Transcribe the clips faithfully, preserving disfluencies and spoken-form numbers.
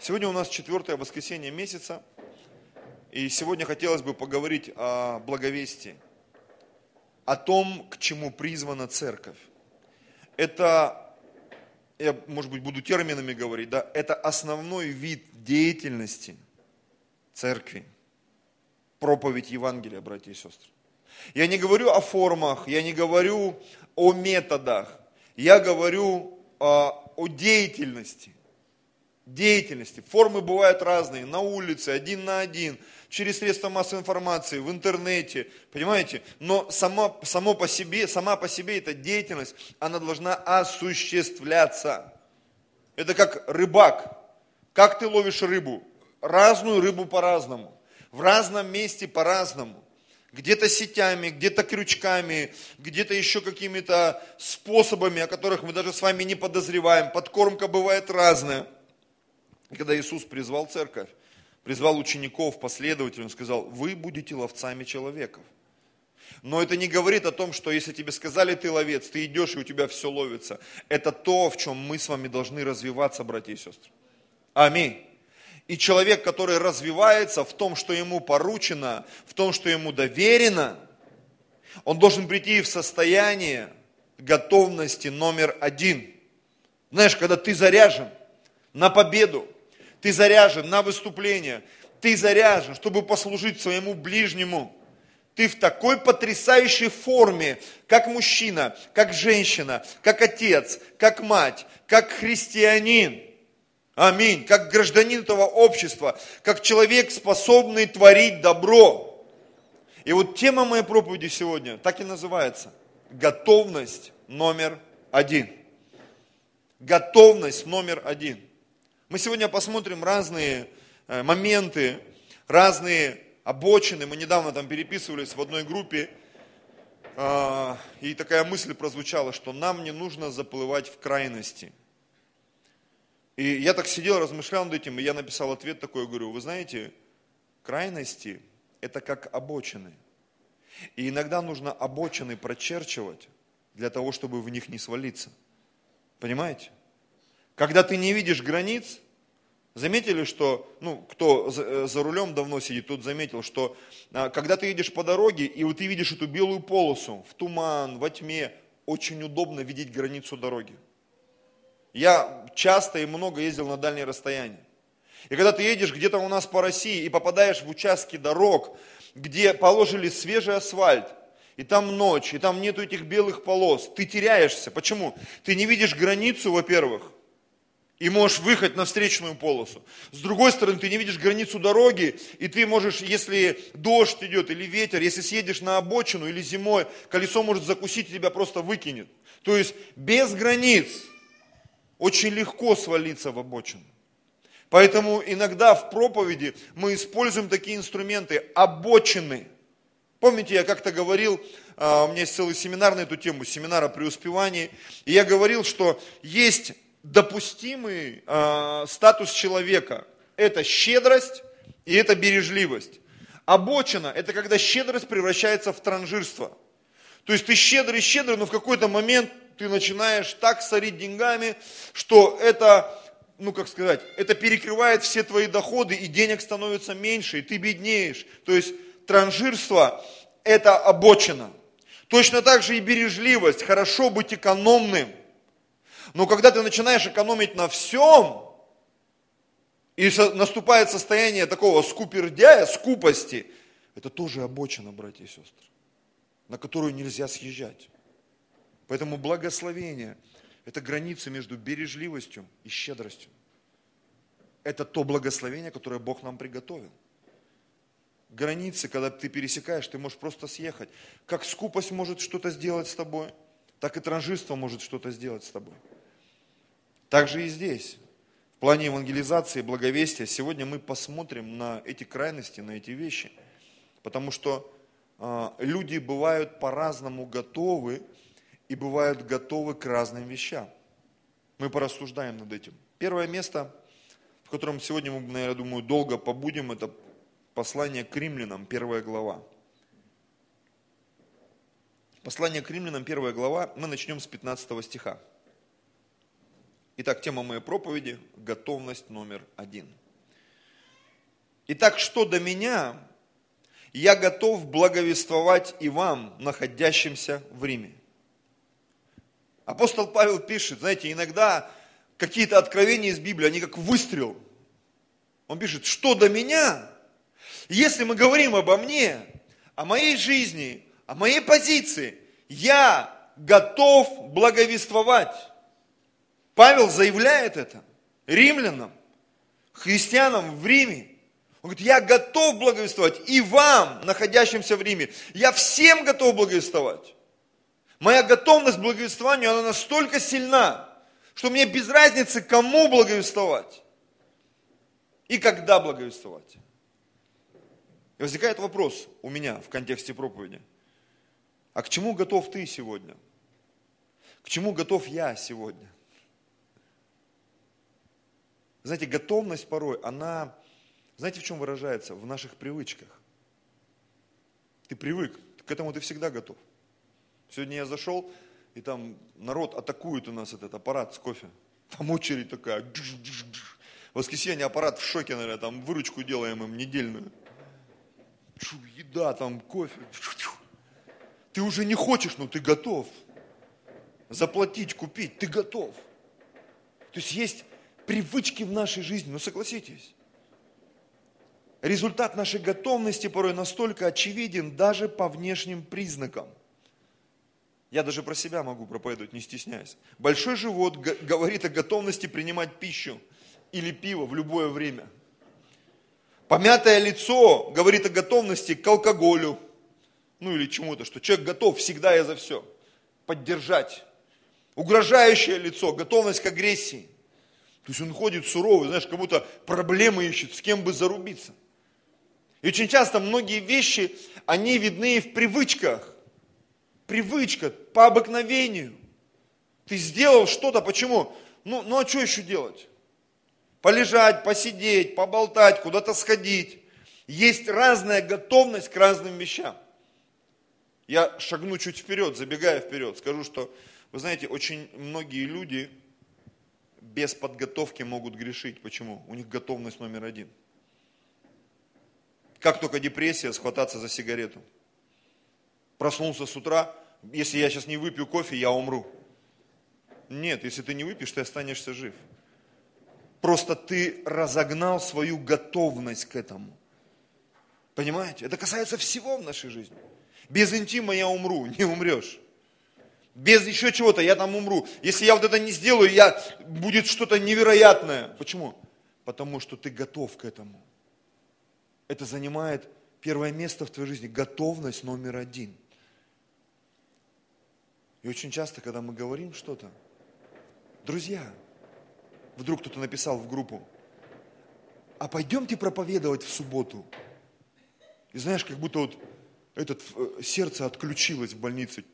Сегодня у нас четвертое воскресенье месяца, и сегодня хотелось бы поговорить о благовестии, о том, к чему призвана церковь. Это, я, может быть, буду терминами говорить, да, это основной вид деятельности церкви, проповедь Евангелия, братья и сестры. Я не говорю о формах, я не говорю о методах, я говорю о, о деятельности. Деятельности. Формы бывают разные, на улице, один на один, через средства массовой информации, в интернете, понимаете? Но сама, само по себе, сама по себе эта деятельность, она должна осуществляться. Это как рыбак. Как ты ловишь рыбу? Разную рыбу по-разному, в разном месте по-разному. Где-то сетями, где-то крючками, где-то еще какими-то способами, о которых мы даже с вами не подозреваем. Подкормка бывает разная. И когда Иисус призвал церковь, призвал учеников, последователей, Он сказал: вы будете ловцами человеков. Но это не говорит о том, что если тебе сказали, ты ловец, ты идешь и у тебя все ловится. Это то, в чем мы с вами должны развиваться, братья и сестры. Аминь. И человек, который развивается в том, что ему поручено, в том, что ему доверено, он должен прийти в состояние готовности номер один. Знаешь, когда ты заряжен на победу, ты заряжен на выступление, ты заряжен, чтобы послужить своему ближнему. Ты в такой потрясающей форме, как мужчина, как женщина, как отец, как мать, как христианин. Аминь. Как гражданин этого общества, как человек, способный творить добро. И вот тема моей проповеди сегодня так и называется. Готовность номер один. Готовность номер один. Мы сегодня посмотрим разные моменты, разные обочины. Мы недавно там переписывались в одной группе, и такая мысль прозвучала, что нам не нужно заплывать в крайности. И я так сидел, размышлял над этим, и я написал ответ такой, говорю: вы знаете, крайности – это как обочины. И иногда нужно обочины прочерчивать для того, чтобы в них не свалиться. Понимаете? Когда ты не видишь границ, заметили, что, ну, кто за, за рулем давно сидит, тот заметил, что а, когда ты едешь по дороге, и вот ты видишь эту белую полосу в туман, во тьме, очень удобно видеть границу дороги. Я часто и много ездил на дальние расстояния. И когда ты едешь где-то у нас по России и попадаешь в участки дорог, где положили свежий асфальт, и там ночь, и там нету этих белых полос, ты теряешься. Почему? Ты не видишь границу, во-первых, и можешь выехать на встречную полосу. С другой стороны, ты не видишь границу дороги, и ты можешь, если дождь идет или ветер, если съедешь на обочину или зимой, колесо может закусить и тебя просто выкинет. То есть без границ очень легко свалиться в обочину. Поэтому иногда в проповеди мы используем такие инструменты, обочины. Помните, я как-то говорил, у меня есть целый семинар на эту тему, семинар о преуспевании, и я говорил, что есть допустимый э, статус человека. Это щедрость и это бережливость. Обочина – это когда щедрость превращается в транжирство. То есть ты щедрый, щедрый, но в какой-то момент ты начинаешь так сорить деньгами, что это, ну как сказать, это перекрывает все твои доходы, и денег становится меньше, и ты беднеешь. То есть транжирство – это обочина. Точно так же и бережливость. Хорошо быть экономным. Но когда ты начинаешь экономить на всем, и наступает состояние такого скупердяя, скупости, это тоже обочина, братья и сестры, на которую нельзя съезжать. Поэтому благословение – это граница между бережливостью и щедростью. Это то благословение, которое Бог нам приготовил. Границы, когда ты пересекаешь, ты можешь просто съехать. Как скупость может что-то сделать с тобой, так и транжирство может что-то сделать с тобой. Так же и здесь. В плане евангелизации, благовестия, сегодня мы посмотрим на эти крайности, на эти вещи. Потому что э, люди бывают по-разному готовы и бывают готовы к разным вещам. Мы порассуждаем над этим. Первое место, в котором сегодня мы, наверное, думаю, долго побудем, это послание к римлянам, первая глава. Послание к римлянам, первая глава, мы начнем с пятнадцатого стиха. Итак, тема моей проповеди – готовность номер один. Итак, что до меня, я готов благовествовать и вам, находящимся в Риме. Апостол Павел пишет, знаете, иногда какие-то откровения из Библии, они как выстрел. Он пишет, что до меня, если мы говорим обо мне, о моей жизни, о моей позиции, я готов благовествовать. Павел заявляет это римлянам, христианам в Риме. Он говорит, я готов благовествовать и вам, находящимся в Риме. Я всем готов благовествовать. Моя готовность к благовествованию, она настолько сильна, что мне без разницы, кому благовествовать и когда благовествовать. И возникает вопрос у меня в контексте проповеди. А к чему готов ты сегодня? К чему готов я сегодня? Знаете, готовность порой, она, знаете, в чем выражается? В наших привычках. Ты привык, к этому ты всегда готов. Сегодня я зашел, и там народ атакует у нас этот аппарат с кофе. Там очередь такая. В воскресенье аппарат в шоке, наверное, там выручку делаем им недельную. Еда, там кофе. Ты уже не хочешь, но ты готов. Заплатить, купить, ты готов. То есть есть привычки в нашей жизни, ну согласитесь. Результат нашей готовности порой настолько очевиден даже по внешним признакам. Я даже про себя могу проповедовать, не стесняясь. Большой живот г- говорит о готовности принимать пищу или пиво в любое время. Помятое лицо говорит о готовности к алкоголю, ну или чему-то, что человек готов всегда и за все поддержать. Угрожающее лицо, готовность к агрессии. То есть он ходит суровый, знаешь, как будто проблемы ищет, с кем бы зарубиться. И очень часто многие вещи, они видны в привычках. Привычка по обыкновению. Ты сделал что-то, почему? Ну, ну а что еще делать? Полежать, посидеть, поболтать, куда-то сходить. Есть разная готовность к разным вещам. Я шагну чуть вперед, забегая вперед, скажу, что, вы знаете, очень многие люди без подготовки могут грешить. Почему? У них готовность номер один. Как только депрессия, схвататься за сигарету. Проснулся с утра, если я сейчас не выпью кофе, я умру. Нет, если ты не выпьешь, ты останешься жив. Просто ты разогнал свою готовность к этому. Понимаете? Это касается всего в нашей жизни. Без интима я умру, не умрешь. Без еще чего-то я там умру. Если я вот это не сделаю, я, будет что-то невероятное. Почему? Потому что ты готов к этому. Это занимает первое место в твоей жизни. Готовность номер один. И очень часто, когда мы говорим что-то, друзья, вдруг кто-то написал в группу, а пойдемте проповедовать в субботу. И знаешь, как будто вот это сердце отключилось в больнице.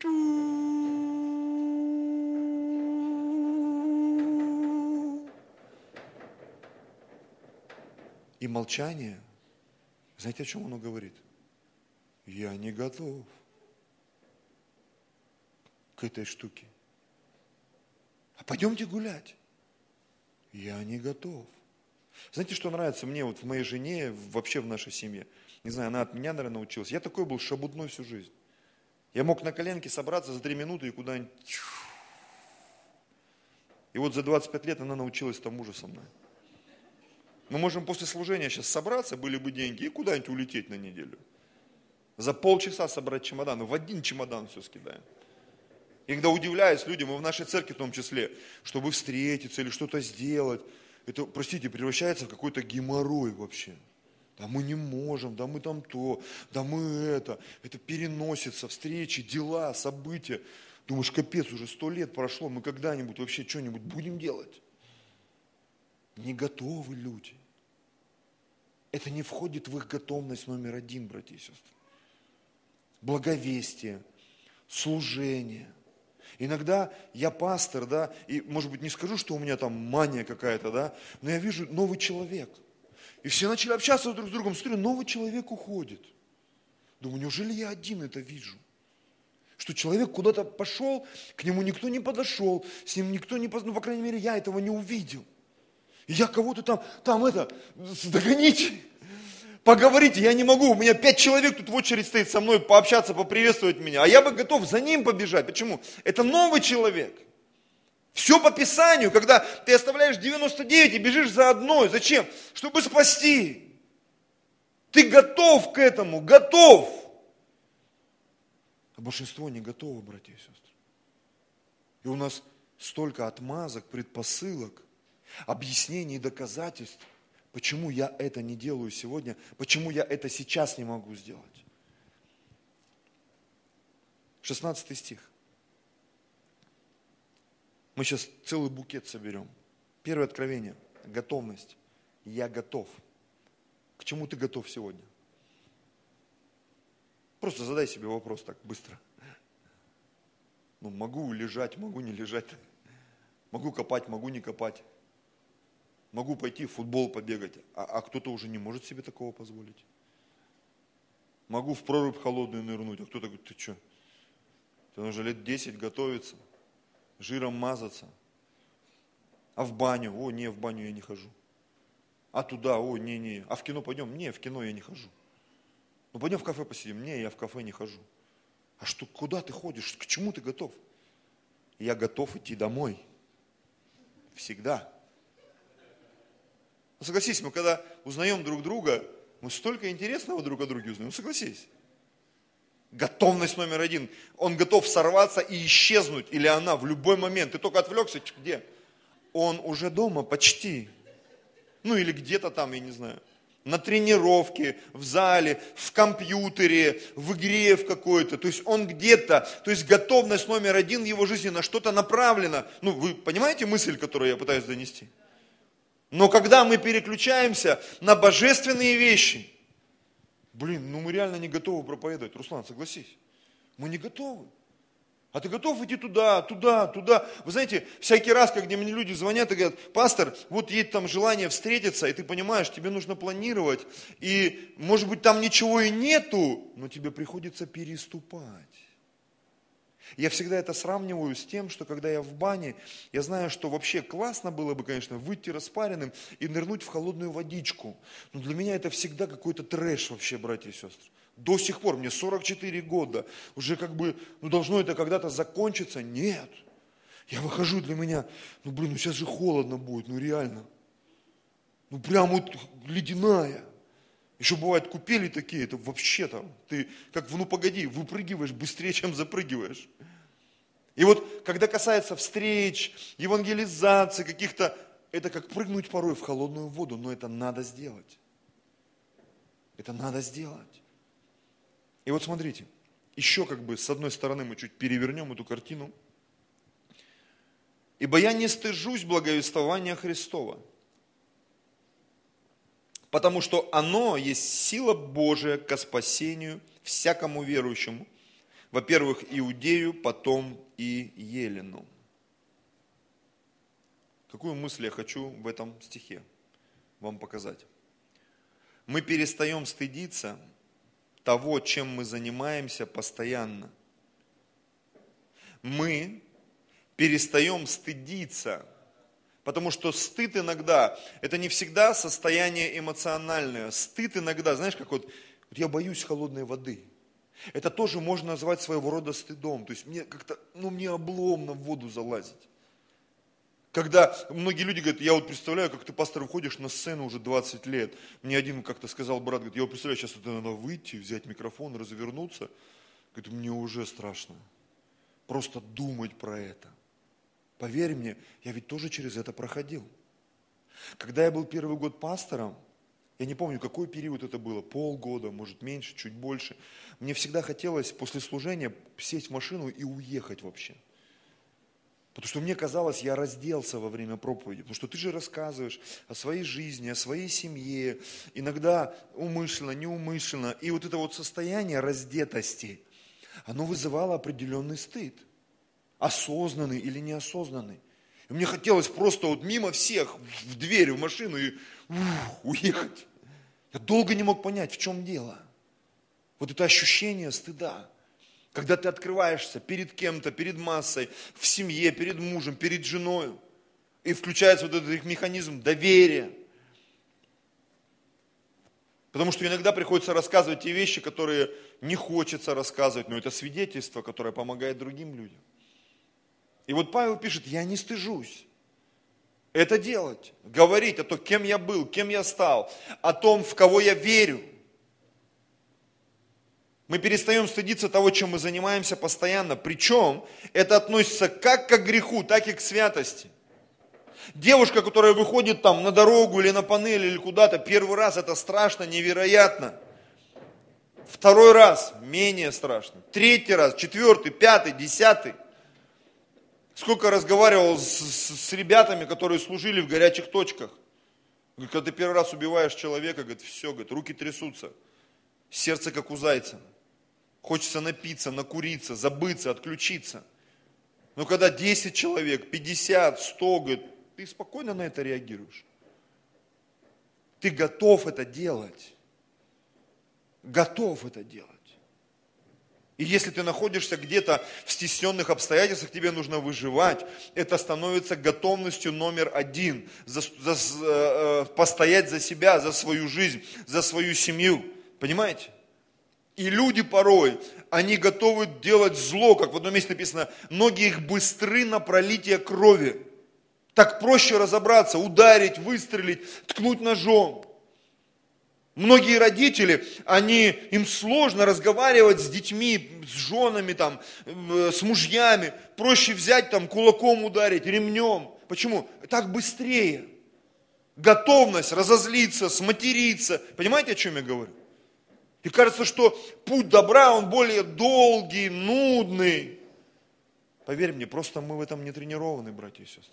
И молчание, знаете, о чем оно говорит? Я не готов к этой штуке. А пойдемте гулять. Я не готов. Знаете, что нравится мне вот в моей жене, вообще в нашей семье? Не знаю, она от меня, наверное, научилась. Я такой был шабутной всю жизнь. Я мог на коленке собраться за три минуты и куда-нибудь... И вот за двадцать пять лет она научилась тому же со мной. Мы можем после служения сейчас собраться, были бы деньги, и куда-нибудь улететь на неделю. За полчаса собрать чемодан, в один чемодан все скидаем. И когда удивляюсь людям, и в нашей церкви в том числе, чтобы встретиться или что-то сделать, это, простите, превращается в какой-то геморрой вообще. Да мы не можем, да мы там то, да мы это. Это переносится, встречи, дела, события. Думаешь, капец, уже сто лет прошло, мы когда-нибудь вообще что-нибудь будем делать? Не готовы люди. Это не входит в их готовность номер один, братья и сестры. Благовестие, служение. Иногда я пастор, да, и, может быть, не скажу, что у меня там мания какая-то, да, но я вижу новый человек. И все начали общаться друг с другом, смотрю, новый человек уходит. Думаю, неужели я один это вижу? Что человек куда-то пошел, к нему никто не подошел, с ним никто не, ну, по крайней мере, я этого не увидел. И я кого-то там, там это, догоните, поговорите, я не могу, у меня пять человек тут в очередь стоит со мной пообщаться, поприветствовать меня, а я бы готов за ним побежать. Почему? Это новый человек. Все по Писанию, когда ты оставляешь девяносто девять и бежишь за одной. Зачем? Чтобы спасти. Ты готов к этому, готов. А большинство не готово, братья и сестры. И у нас столько отмазок, предпосылок, объяснений и доказательств, почему я это не делаю сегодня, почему я это сейчас не могу сделать. шестнадцатый стих. Мы сейчас целый букет соберем. Первое откровение. Готовность. Я готов. К чему ты готов сегодня? Просто задай себе вопрос так быстро. Ну, могу лежать, могу не лежать. Могу копать, могу не копать. Могу пойти в футбол побегать. А, а кто-то уже не может себе такого позволить. Могу в прорубь холодную нырнуть. А кто-то говорит, ты что? Ты уже лет десять готовиться. Жиром мазаться. А в баню? О, не, в баню я не хожу. А туда? О, не, не. А в кино пойдем? Не, в кино я не хожу. Ну пойдем в кафе посидим? Не, я в кафе не хожу. А что, куда ты ходишь? К чему ты готов? Я готов идти домой. Всегда. Ну, согласись, мы когда узнаем друг друга, мы столько интересного друг о друге узнаем. Ну, согласись. Готовность номер один. Он готов сорваться и исчезнуть, или она в любой момент. Ты только отвлекся, где? Он уже дома почти. Ну или где-то там, я не знаю. На тренировке, в зале, в компьютере, в игре в какой-то. То есть он где-то, то есть готовность номер один в его жизни на что-то направлена. Ну вы понимаете мысль, которую я пытаюсь донести? Но когда мы переключаемся на божественные вещи, блин, ну мы реально не готовы проповедовать. Руслан, согласись, мы не готовы. А ты готов идти туда, туда, туда? Вы знаете, всякий раз, когда мне люди звонят и говорят, пастор, вот есть там желание встретиться, и ты понимаешь, тебе нужно планировать, и может быть там ничего и нету, но тебе приходится переступать. Я всегда это сравниваю с тем, что когда я в бане, я знаю, что вообще классно было бы, конечно, выйти распаренным и нырнуть в холодную водичку. Но для меня это всегда какой-то трэш вообще, братья и сестры. До сих пор, мне сорок четыре года, уже как бы, ну должно это когда-то закончиться. Нет. Я выхожу, для меня, ну блин, ну сейчас же холодно будет, ну реально. Ну прям вот ледяная. Еще бывает купели такие, это вообще там, ты как в ну погоди, выпрыгиваешь быстрее, чем запрыгиваешь. И вот, когда касается встреч, евангелизации каких-то, это как прыгнуть порой в холодную воду, но это надо сделать. Это надо сделать. И вот смотрите, еще как бы с одной стороны мы чуть перевернем эту картину. Ибо я не стыжусь благовествования Христова, потому что оно есть сила Божия ко спасению всякому верующему, во-первых, иудею, потом и елену. Какую мысль я хочу в этом стихе вам показать? Мы перестаем стыдиться того, чем мы занимаемся постоянно. Мы перестаем стыдиться. Потому что стыд иногда, это не всегда состояние эмоциональное. Стыд иногда, знаешь, как вот, вот я боюсь холодной воды. Это тоже можно назвать своего рода стыдом. То есть мне как-то, ну мне обломно в воду залазить. Когда многие люди говорят, я вот представляю, как ты, пастор, выходишь на сцену уже двадцать лет. Мне один как-то сказал брат, говорит, я вот представляю, сейчас это надо выйти, взять микрофон, развернуться. Говорит, мне уже страшно. Просто думать про это. Поверь мне, я ведь тоже через это проходил. Когда я был первый год пастором, я не помню, какой период это было, полгода, может меньше, чуть больше. Мне всегда хотелось после служения сесть в машину и уехать вообще. Потому что мне казалось, я разделся во время проповеди. Потому что ты же рассказываешь о своей жизни, о своей семье, иногда умышленно, неумышленно. И вот это вот состояние раздетости, оно вызывало определенный стыд. Осознанный или неосознанный. И мне хотелось просто вот мимо всех в дверь, в машину и ух, уехать. Я долго не мог понять, в чем дело. Вот это ощущение стыда. Когда ты открываешься перед кем-то, перед массой, в семье, перед мужем, перед женой, и включается вот этот их механизм доверия. Потому что иногда приходится рассказывать те вещи, которые не хочется рассказывать, но это свидетельство, которое помогает другим людям. И вот Павел пишет, я не стыжусь это делать, говорить о том, кем я был, кем я стал, о том, в кого я верю. Мы перестаем стыдиться того, чем мы занимаемся постоянно. Причем это относится как к греху, так и к святости. Девушка, которая выходит там на дорогу или на панель или куда-то, первый раз это страшно, невероятно. Второй раз менее страшно. Третий раз, четвертый, пятый, десятый. Сколько разговаривал с, с, с ребятами, которые служили в горячих точках. Говорит, когда ты первый раз убиваешь человека, говорит, все, говорит, руки трясутся. Сердце как у зайца. Хочется напиться, накуриться, забыться, отключиться. Но когда десять человек, пятьдесят, сто, говорит, ты спокойно на это реагируешь. Ты готов это делать. Готов это делать. И если ты находишься где-то в стесненных обстоятельствах, тебе нужно выживать, это становится готовностью номер один. За, за, э, постоять за себя, за свою жизнь, за свою семью. Понимаете? И люди порой, они готовы делать зло, как в одном месте написано, ноги их быстры на пролитие крови. Так проще разобраться, ударить, выстрелить, ткнуть ножом. Многие родители, они, им сложно разговаривать с детьми, с женами, там, с мужьями. Проще взять там, кулаком ударить, ремнем. Почему? Так быстрее. Готовность разозлиться, сматериться. Понимаете, о чем я говорю? И кажется, что путь добра, он более долгий, нудный. Поверь мне, просто мы в этом не тренированы, братья и сестры.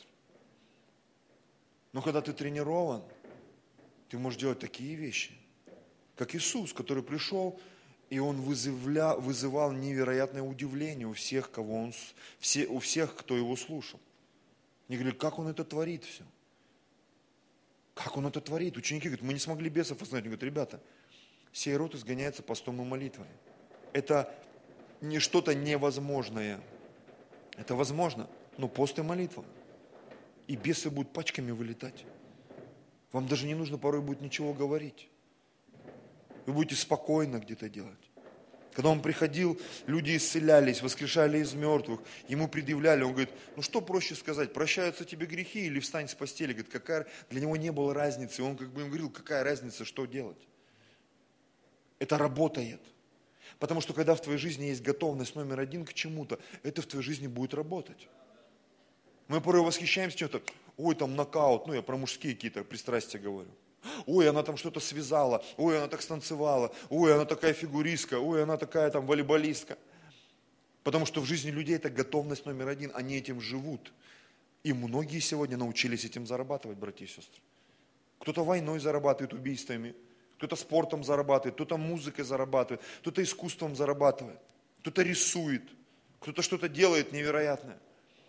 Но когда ты тренирован, ты можешь делать такие вещи, как Иисус, который пришел, и Он вызывля, вызывал невероятное удивление у всех, кого он, все, у всех, кто Его слушал. Они говорили, как Он это творит все? Как Он это творит? Ученики говорят, мы не смогли бесов остановить. Он говорит, ребята, сей род изгоняется постом и молитвой. Это не что-то невозможное. Это возможно, но пост и молитва. И бесы будут пачками вылетать. Вам даже не нужно порой будет ничего говорить. Вы будете спокойно где-то делать. Когда он приходил, люди исцелялись, воскрешали из мертвых. Ему предъявляли, он говорит, ну что проще сказать, прощаются тебе грехи или встань с постели? Говорит, какая... Для него не было разницы. Он как бы им говорил, какая разница, что делать. Это работает. Потому что когда в твоей жизни есть готовность номер один к чему-то, это в твоей жизни будет работать. Мы порой восхищаемся чем-то, ой, там нокаут, ну я про мужские какие-то пристрастия говорю. Ой, она там что-то связала, ой, она так станцевала, ой, она такая фигуристка, ой, она такая там волейболистка. Потому что в жизни людей это готовность номер один, они этим живут. И многие сегодня научились этим зарабатывать, братья и сестры. Кто-то войной зарабатывает, убийствами, кто-то спортом зарабатывает, кто-то музыкой зарабатывает, кто-то искусством зарабатывает, кто-то рисует, кто-то что-то делает невероятное.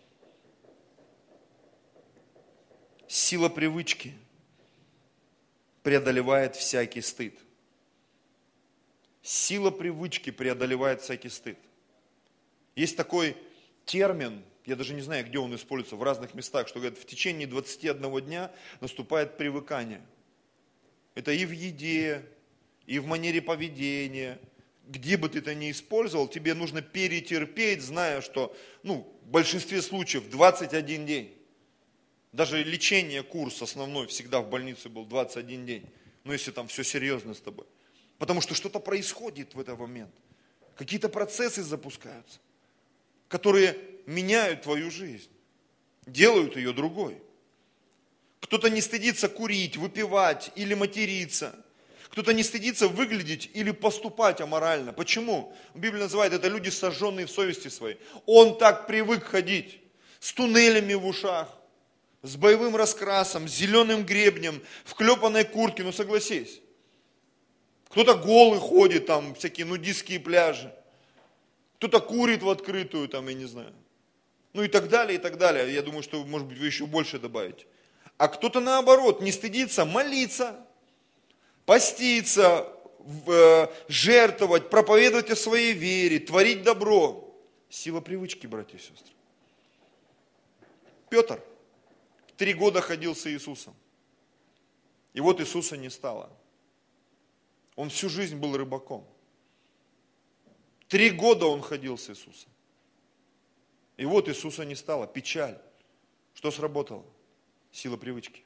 Сила привычки преодолевает всякий стыд. Сила привычки преодолевает всякий стыд. Есть такой термин, я даже не знаю, где он используется, в разных местах, что говорят, в течение двадцати одного дня наступает привыкание. Это и в еде, и в манере поведения. Где бы ты это ни использовал, тебе нужно перетерпеть, зная, что ну, в большинстве случаев двадцать один день. Даже лечение, курс основной всегда в больнице был двадцать один день. Ну, если там все серьезно с тобой. Потому что что-то происходит в этот момент. Какие-то процессы запускаются, которые меняют твою жизнь, делают ее другой. Кто-то не стыдится курить, выпивать или материться. Кто-то не стыдится выглядеть или поступать аморально. Почему? Библия называет это люди, сожженные в совести своей. Он так привык ходить с туннелями в ушах, с боевым раскрасом, с зеленым гребнем, в клепанной куртке, ну согласись. Кто-то голый ходит, там всякие нудистские пляжи. Кто-то курит в открытую, там, я не знаю. Ну и так далее, и так далее. Я думаю, что, может быть, вы еще больше добавите. А кто-то наоборот, не стыдится молиться, поститься, жертвовать, проповедовать о своей вере, творить добро. Сила привычки, братья и сестры. Петр три года ходил с Иисусом. И вот Иисуса не стало. Он всю жизнь был рыбаком. Три года он ходил с Иисусом. И вот Иисуса не стало. Печаль. Что сработало? Сила привычки.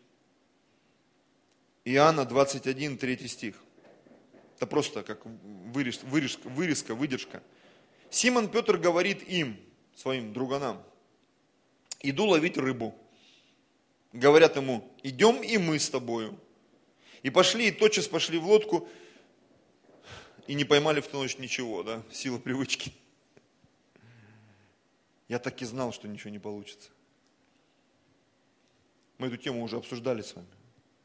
Иоанна двадцать один, третий стих. Это просто как вырезка, вырезка, вырезка, выдержка. Симон Петр говорит им, своим друганам: иду ловить рыбу. Говорят ему: идем и мы с тобою. И пошли, и тотчас пошли в лодку, и не поймали в ту ночь ничего, да, сила привычки. Я так и знал, что ничего не получится. Мы эту тему уже обсуждали с вами.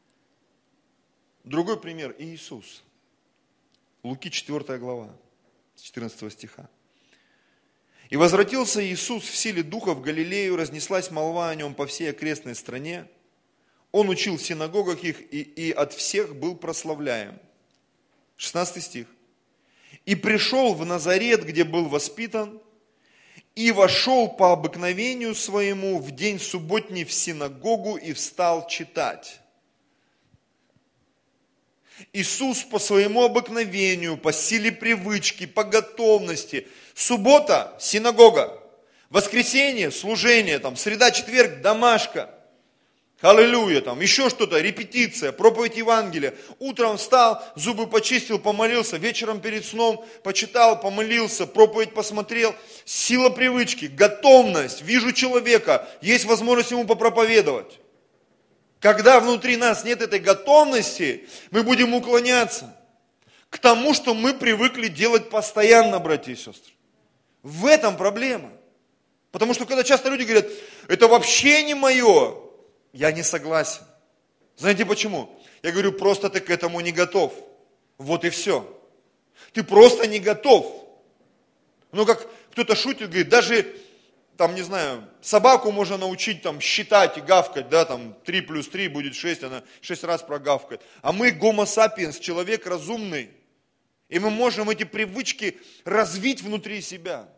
Другой пример – Иисус. Луки четвёртая глава, с четырнадцатого стиха. «И возвратился Иисус в силе Духа в Галилею, разнеслась молва о нем по всей окрестной стране. Он учил в синагогах их и, и от всех был прославляем». шестнадцатый стих. «И пришел в Назарет, где был воспитан, и вошел по обыкновению своему в день субботний в синагогу и встал читать». Иисус по своему обыкновению, по силе привычки, по готовности. Суббота – синагога. Воскресенье – служение, там, среда, четверг – домашка. Аллилуйя, там, еще что-то, репетиция, проповедь Евангелия. Утром встал, зубы почистил, помолился, вечером перед сном почитал, помолился, проповедь посмотрел. Сила привычки, готовность, вижу человека, есть возможность ему попроповедовать. Когда внутри нас нет этой готовности, мы будем уклоняться к тому, что мы привыкли делать постоянно, братья и сестры. В этом проблема. Потому что когда часто люди говорят: это вообще не мое, я не согласен. Знаете почему? Я говорю: просто ты к этому не готов. Вот и все. Ты просто не готов. Ну, как кто-то шутит, говорит, даже, там, не знаю, собаку можно научить там считать и гавкать, да, там, три плюс три будет шесть, она шесть раз прогавкает. А мы гомо сапиенс, человек разумный. И мы можем эти привычки развить внутри себя.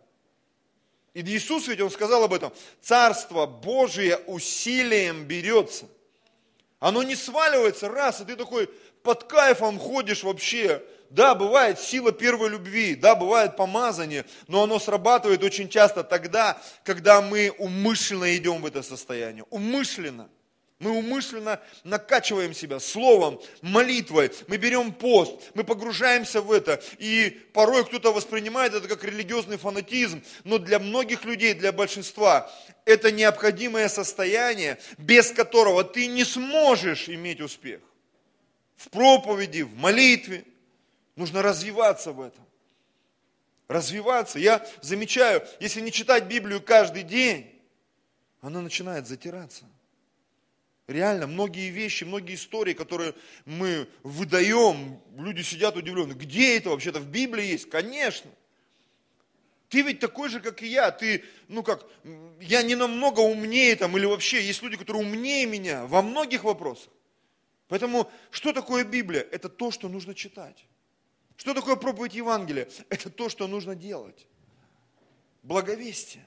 И Иисус ведь, Он сказал об этом: Царство Божие усилием берется. Оно не сваливается раз, и ты такой под кайфом ходишь вообще. Да, бывает сила первой любви, да, бывает помазание, но оно срабатывает очень часто тогда, когда мы умышленно идем в это состояние. Умышленно. Мы умышленно накачиваем себя словом, молитвой, мы берем пост, мы погружаемся в это. И порой кто-то воспринимает это как религиозный фанатизм, но для многих людей, для большинства, это необходимое состояние, без которого ты не сможешь иметь успех. В проповеди, в молитве. Нужно развиваться в этом. Развиваться. Я замечаю, если не читать Библию каждый день, она начинает затираться. Реально, многие вещи, многие истории, которые мы выдаем, люди сидят удивленные. Где это вообще-то в Библии есть? Конечно. Ты ведь такой же, как и я. Ты, ну как, я не намного умнее там, или вообще есть люди, которые умнее меня во многих вопросах. Поэтому, что такое Библия? Это то, что нужно читать. Что такое проповедь Евангелия? Это то, что нужно делать. Благовестие.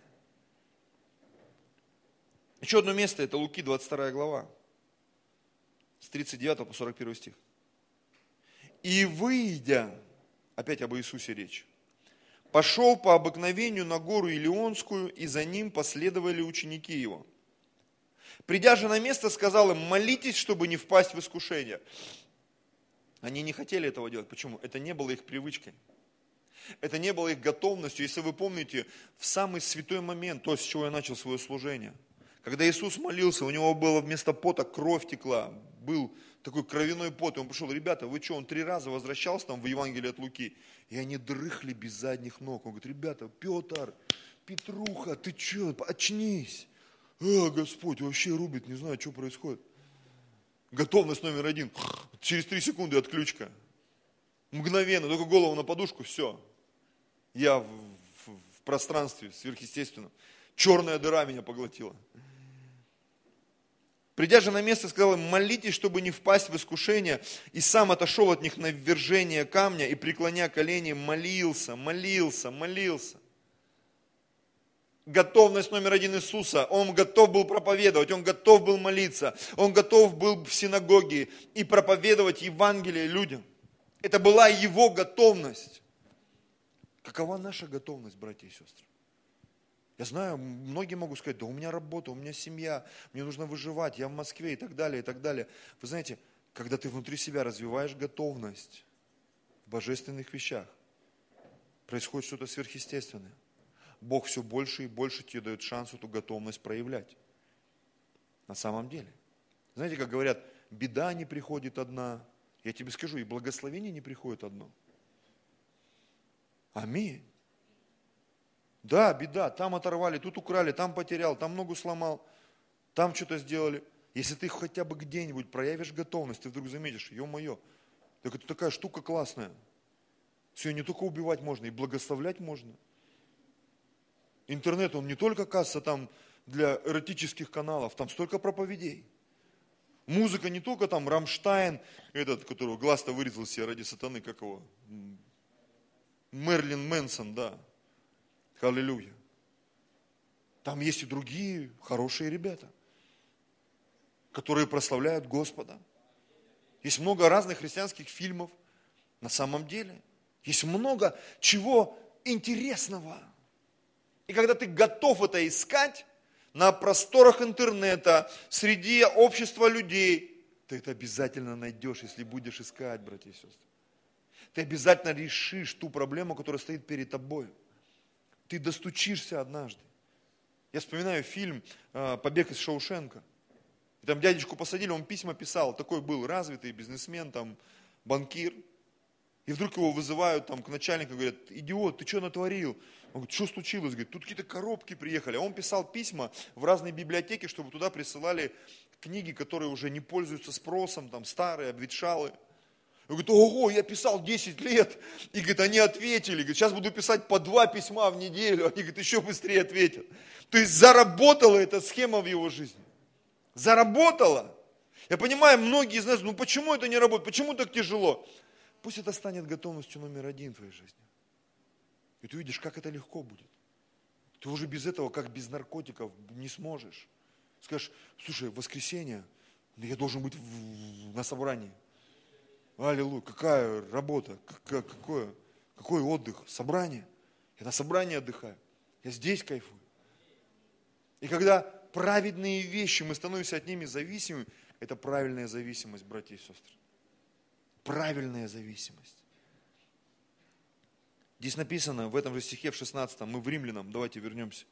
Еще одно место, это Луки, двадцать вторая глава, с тридцать девятого по сорок первый стих. «И выйдя», опять об Иисусе речь, «пошел по обыкновению на гору Илионскую, и за ним последовали ученики его. Придя же на место, сказал им: молитесь, чтобы не впасть в искушение». Они не хотели этого делать. Почему? Это не было их привычкой. Это не было их готовностью. Если вы помните, в самый святой момент, то, с чего я начал свое служение, когда Иисус молился, у него было вместо пота кровь текла, был такой кровяной пот, и он пришел: ребята, вы что, он три раза возвращался там в Евангелии от Луки, и они дрыхли без задних ног. Он говорит: ребята, Петр, Петруха, ты что, очнись. А, Господь, вообще рубит, не знаю, что происходит. Готовность номер один. Через три секунды отключка. Мгновенно, только голову на подушку, все. Я в, в, в пространстве сверхъестественном. Черная дыра меня поглотила. Придя же на место, сказал им: молитесь, чтобы не впасть в искушение. И сам отошел от них на ввержение камня и, преклоня колени, молился, молился, молился. Готовность номер один Иисуса. Он готов был проповедовать, Он готов был молиться, Он готов был в синагоге и проповедовать Евангелие людям. Это была Его готовность. Какова наша готовность, братья и сестры? Я знаю, многие могут сказать: да у меня работа, у меня семья, мне нужно выживать, я в Москве и так далее, и так далее. Вы знаете, когда ты внутри себя развиваешь готовность в божественных вещах, происходит что-то сверхъестественное. Бог все больше и больше тебе дает шанс эту готовность проявлять. На самом деле. Знаете, как говорят, беда не приходит одна. Я тебе скажу, и благословение не приходит одно. Аминь. Да, беда, там оторвали, тут украли, там потерял, там ногу сломал, там что-то сделали. Если ты хотя бы где-нибудь проявишь готовность, ты вдруг заметишь: ё-моё, так это такая штука классная. Все, не только убивать можно, и благословлять можно. Интернет, он не только, кажется, там для эротических каналов, там столько проповедей. Музыка не только там Рамштайн, этот, которого глаз-то вырезал себе ради сатаны, как его? Мерлин Мэнсон, да. Аллилуйя. Там есть и другие хорошие ребята, которые прославляют Господа. Есть много разных христианских фильмов. На самом деле. Есть много чего интересного. И когда ты готов это искать на просторах интернета, среди общества людей, ты это обязательно найдешь, если будешь искать, братья и сестры. Ты обязательно решишь ту проблему, которая стоит перед тобой. Ты достучишься однажды. Я вспоминаю фильм «Побег из Шоушенка». И там дядечку посадили, он письма писал, такой был развитый бизнесмен, там, банкир. И вдруг его вызывают там, к начальнику, говорят: идиот, ты что натворил? Он говорит: что случилось? Говорит: тут какие-то коробки приехали. А он писал письма в разные библиотеки, чтобы туда присылали книги, которые уже не пользуются спросом, там, старые, обветшалые. Он говорит: ого, я писал десять лет. И говорит, они ответили. Говорит, сейчас буду писать по два письма в неделю. Они, говорит, еще быстрее ответят. То есть заработала эта схема в его жизни. Заработала. Я понимаю, многие из нас: ну почему это не работает? Почему так тяжело? Пусть это станет готовностью номер один в твоей жизни. И ты увидишь, как это легко будет. Ты уже без этого, как без наркотиков, не сможешь. Скажешь: слушай, в воскресенье я должен быть в, на собрании. Аллилуйя, какая работа, какое, какое, какой отдых, собрание. Я на собрании отдыхаю, я здесь кайфую. И когда праведные вещи, мы становимся от ними зависимыми, это правильная зависимость, братья и сестры. Правильная зависимость. Здесь написано, в этом же стихе, в шестнадцатом, мы в Римлянам, давайте вернемся.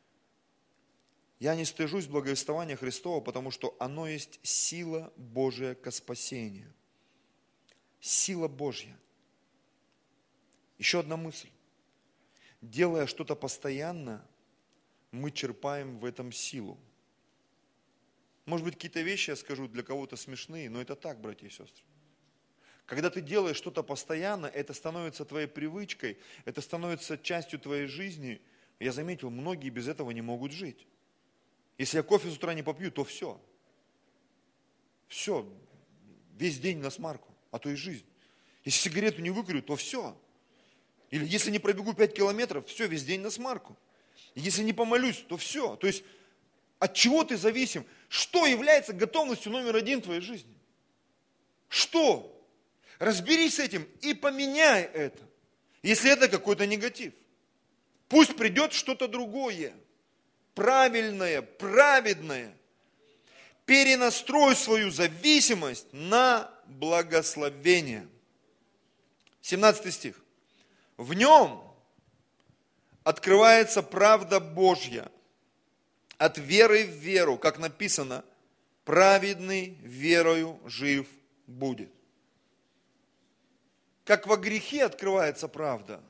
Я не стыжусь благовествования Христова, потому что оно есть сила Божия ко спасению. Сила Божья. Еще одна мысль. Делая что-то постоянно, мы черпаем в этом силу. Может быть, какие-то вещи я скажу для кого-то смешные, но это так, братья и сестры. Когда ты делаешь что-то постоянно, это становится твоей привычкой, это становится частью твоей жизни. Я заметил, многие без этого не могут жить. Если я кофе с утра не попью, то все. Все. Весь день на смарку, а то и жизнь. Если сигарету не выкурю, то все. Или если не пробегу пять километров, все, весь день на смарку. И если не помолюсь, то все. То есть от чего ты зависим? Что является готовностью номер один в твоей жизни? Что? Разберись с этим и поменяй это. Если это какой-то негатив. Пусть придет что-то другое. Правильное, праведное. Перенастрой свою зависимость на благословение. семнадцатый стих. В нем открывается правда Божья. От веры в веру, как написано, праведный верою жив будет. Как во грехе открывается правда,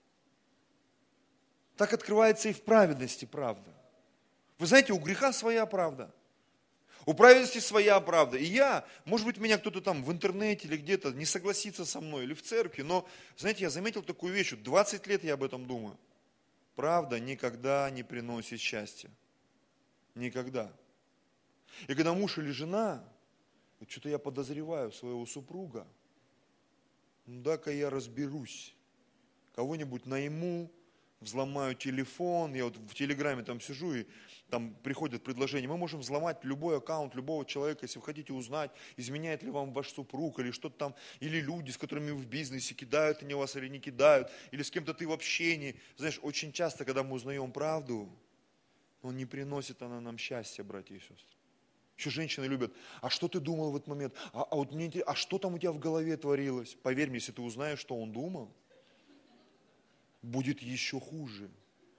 так открывается и в праведности правда. Вы знаете, у греха своя правда, у праведности своя правда. И я, может быть, меня кто-то там в интернете или где-то не согласится со мной, или в церкви, но, знаете, я заметил такую вещь, двадцать лет я об этом думаю. Правда никогда не приносит счастья. Никогда. И когда муж или жена, вот что-то я подозреваю своего супруга, ну дай-ка я разберусь, кого-нибудь найму, взломаю телефон, я вот в Телеграме там сижу, и там приходят предложения, мы можем взломать любой аккаунт любого человека, если вы хотите узнать, изменяет ли вам ваш супруг, или что-то там, или люди, с которыми вы в бизнесе, кидают они вас или не кидают, или с кем-то ты в общении. Знаешь, очень часто, когда мы узнаем правду, он не приносит она нам счастья, братья и сестры. Еще женщины любят, а что ты думал в этот момент, а, а вот мне интересно, а что там у тебя в голове творилось? Поверь мне, если ты узнаешь, что он думал, будет еще хуже.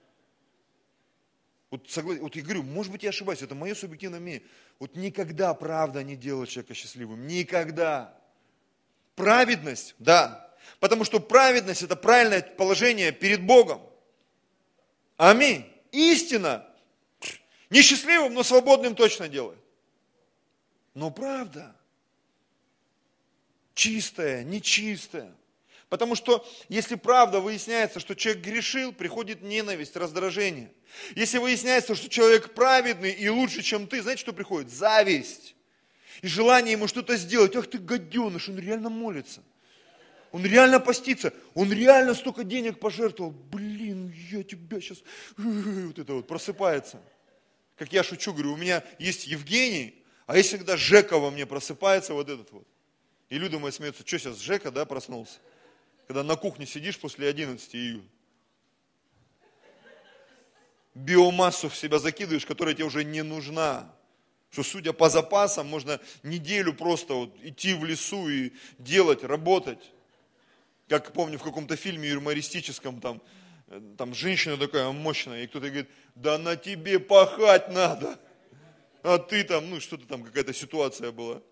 Вот, согла... вот я говорю, может быть, я ошибаюсь, это мое субъективное мнение. Вот никогда правда не делает человека счастливым. Никогда. Праведность, да. Потому что праведность – это правильное положение перед Богом. Аминь. Истина несчастливым, но свободным точно делает. Но правда чистая, нечистая. Потому что если правда выясняется, что человек грешил, приходит ненависть, раздражение. Если выясняется, что человек праведный и лучше, чем ты, знаете, что приходит? Зависть. И желание ему что-то сделать. Ах ты гаденыш, он реально молится. Он реально постится. Он реально столько денег пожертвовал. Блин, я тебя сейчас... Вот это вот просыпается. Как я шучу, говорю, у меня есть Евгений, а есть когда Жека во мне просыпается, вот этот вот. И люди мои смеются, что сейчас Жека, да, проснулся? Когда на кухне сидишь после одиннадцати и биомассу в себя закидываешь, которая тебе уже не нужна. Что, судя по запасам, можно неделю просто вот идти в лесу и делать, работать. Как помню в каком-то фильме юмористическом, там, там женщина такая мощная, и кто-то говорит, да на тебе пахать надо. А ты там, ну что-то там, какая-то ситуация была.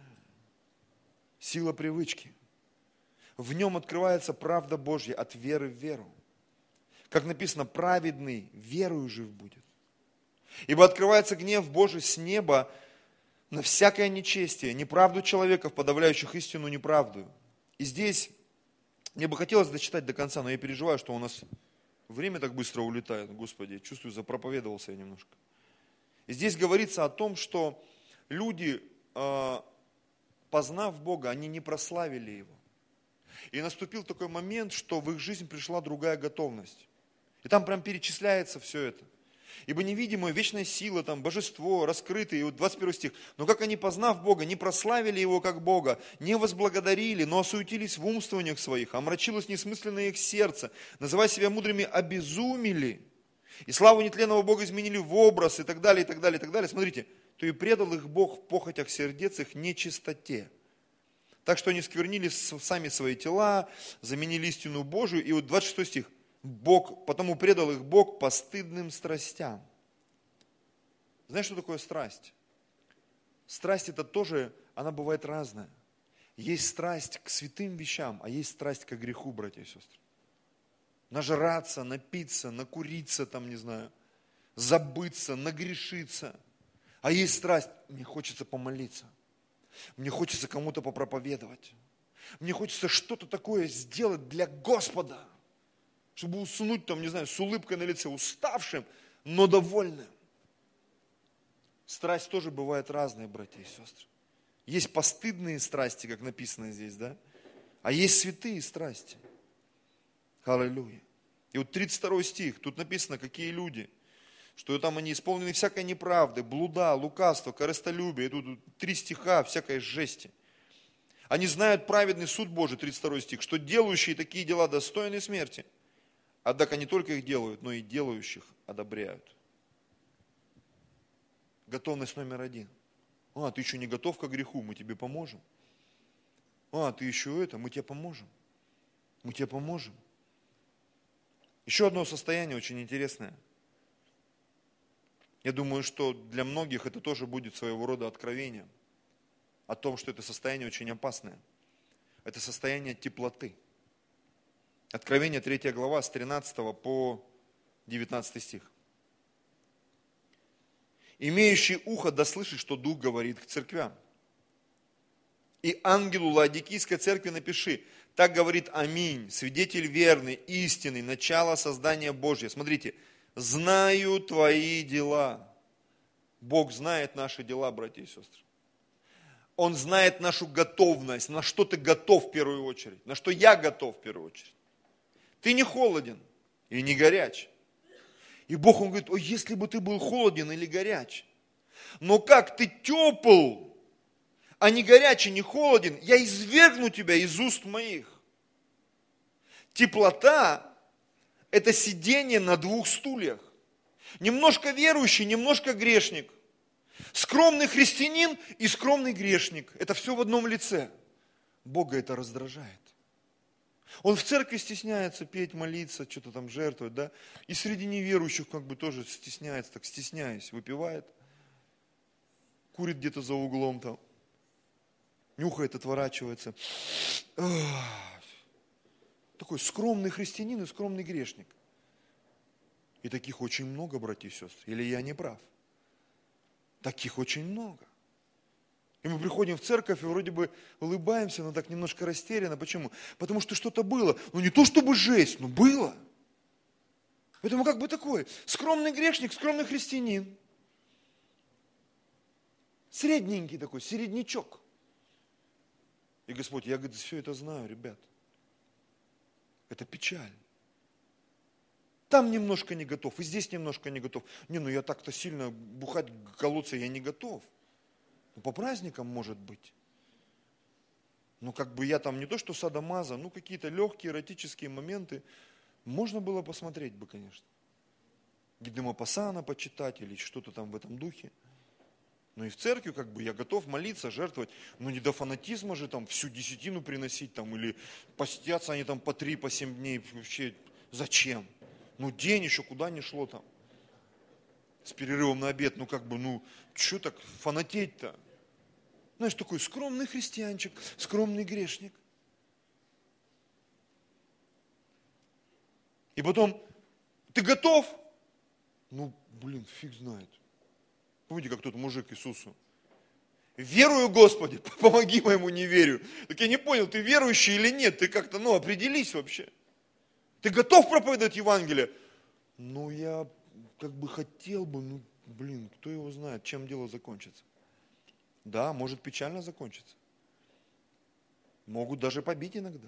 Сила привычки. В нем открывается правда Божья от веры в веру. Как написано, праведный верою жив будет. Ибо открывается гнев Божий с неба на всякое нечестие, неправду человеков, подавляющих истину неправду. И здесь мне бы хотелось дочитать до конца, но я переживаю, что у нас время так быстро улетает. Господи, чувствую, запроповедовался я немножко. И здесь говорится о том, что люди, познав Бога, они не прославили Его. И наступил такой момент, что в их жизнь пришла другая готовность. И там прям перечисляется все это. Ибо невидимая вечная сила, там, божество, раскрытое, и вот двадцать первый стих. Но как они, познав Бога, не прославили Его как Бога, не возблагодарили, но осуетились в умствованиях своих, омрачилось несмысленное их сердце, называя себя мудрыми, обезумели, и славу нетленного Бога изменили в образ, и так далее, и так далее, и так далее. Смотрите, то и предал их Бог в похотях сердец их нечистоте. Так что они сквернили сами свои тела, заменили истину Божию. И вот двадцать шестой стих. Бог, потому предал их Бог постыдным страстям. Знаешь, что такое страсть? Страсть это тоже, она бывает разная. Есть страсть к святым вещам, а есть страсть к греху, братья и сестры. Нажраться, напиться, накуриться, там, не знаю, забыться, нагрешиться. А есть страсть, мне хочется помолиться. Мне хочется кому-то попроповедовать. Мне хочется что-то такое сделать для Господа. Чтобы уснуть там, не знаю, с улыбкой на лице, уставшим, но довольным. Страсть тоже бывает разная, братья и сестры. Есть постыдные страсти, как написано здесь, да? А есть святые страсти. Аллилуйя. И вот тридцать второй стих, тут написано, какие люди. Что там они исполнены всякой неправды, блуда, лукавства, корыстолюбия. И тут три стиха всякой жести. Они знают праведный суд Божий, тридцать второй стих, что делающие такие дела достойны смерти. Однако не только их делают, но и делающих одобряют. Готовность номер один. А, ты еще не готов к греху, мы тебе поможем. А, ты еще это, мы тебе поможем. Мы тебе поможем. Еще одно состояние очень интересное. Я думаю, что для многих это тоже будет своего рода откровением о том, что это состояние очень опасное. Это состояние теплоты. Откровение третья глава с тринадцатого по девятнадцатый стих. «Имеющий ухо да слышит, что Дух говорит к церквям. И ангелу Лаодикийской церкви напиши, так говорит Аминь, свидетель верный, истинный, начало создания Божьего». Смотрите, «знаю твои дела». Бог знает наши дела, братья и сестры. Он знает нашу готовность, на что ты готов в первую очередь, на что я готов в первую очередь. Ты не холоден и не горяч. И Бог, Он говорит, ой, если бы ты был холоден или горяч, но как ты тепл, а не горячий, не холоден, я извергну тебя из уст моих. Теплота – это сидение на двух стульях. Немножко верующий, немножко грешник. Скромный христианин и скромный грешник. Это все в одном лице. Бога это раздражает. Он в церкви стесняется петь, молиться, что-то там жертвовать, да? И среди неверующих как бы тоже стесняется, так стесняясь, выпивает, курит где-то за углом там, нюхает, отворачивается. Такой скромный христианин и скромный грешник. И таких очень много, братья и сестры. Или я не прав? Таких очень много. И мы приходим в церковь и вроде бы улыбаемся, но так немножко растерянно. Почему? Потому что что-то было. Ну не то чтобы жесть, но было. Поэтому как бы такой скромный грешник, скромный христианин. Средненький такой, середнячок. И Господь, я, говорит, все это знаю, ребят. Это печаль. Там немножко не готов, и здесь немножко не готов. Не, ну я так-то сильно бухать, колоться я не готов. Ну по праздникам может быть. Ну как бы я там не то что садомаза, ну какие-то легкие эротические моменты. Можно было посмотреть бы, конечно. Гиды Мопассана почитать или что-то там в этом духе. Ну и в церкви как бы я готов молиться, жертвовать. Но не до фанатизма же там всю десятину приносить там. Или постятся они там по три, по семь дней. Вообще зачем? Ну день еще куда ни шло там. С перерывом на обед. Ну как бы, ну что так фанатеть-то? Знаешь, такой скромный христианчик, скромный грешник. И потом, ты готов? Ну, блин, фиг знает. Помните, как тот мужик Иисусу? Верую, Господи, помоги моему неверию. Так я не понял, ты верующий или нет? Ты как-то, ну, определись вообще. Ты готов проповедовать Евангелие? Ну, я как бы хотел бы, ну, блин, кто его знает, чем дело закончится. Да, может печально закончиться. Могут даже побить иногда.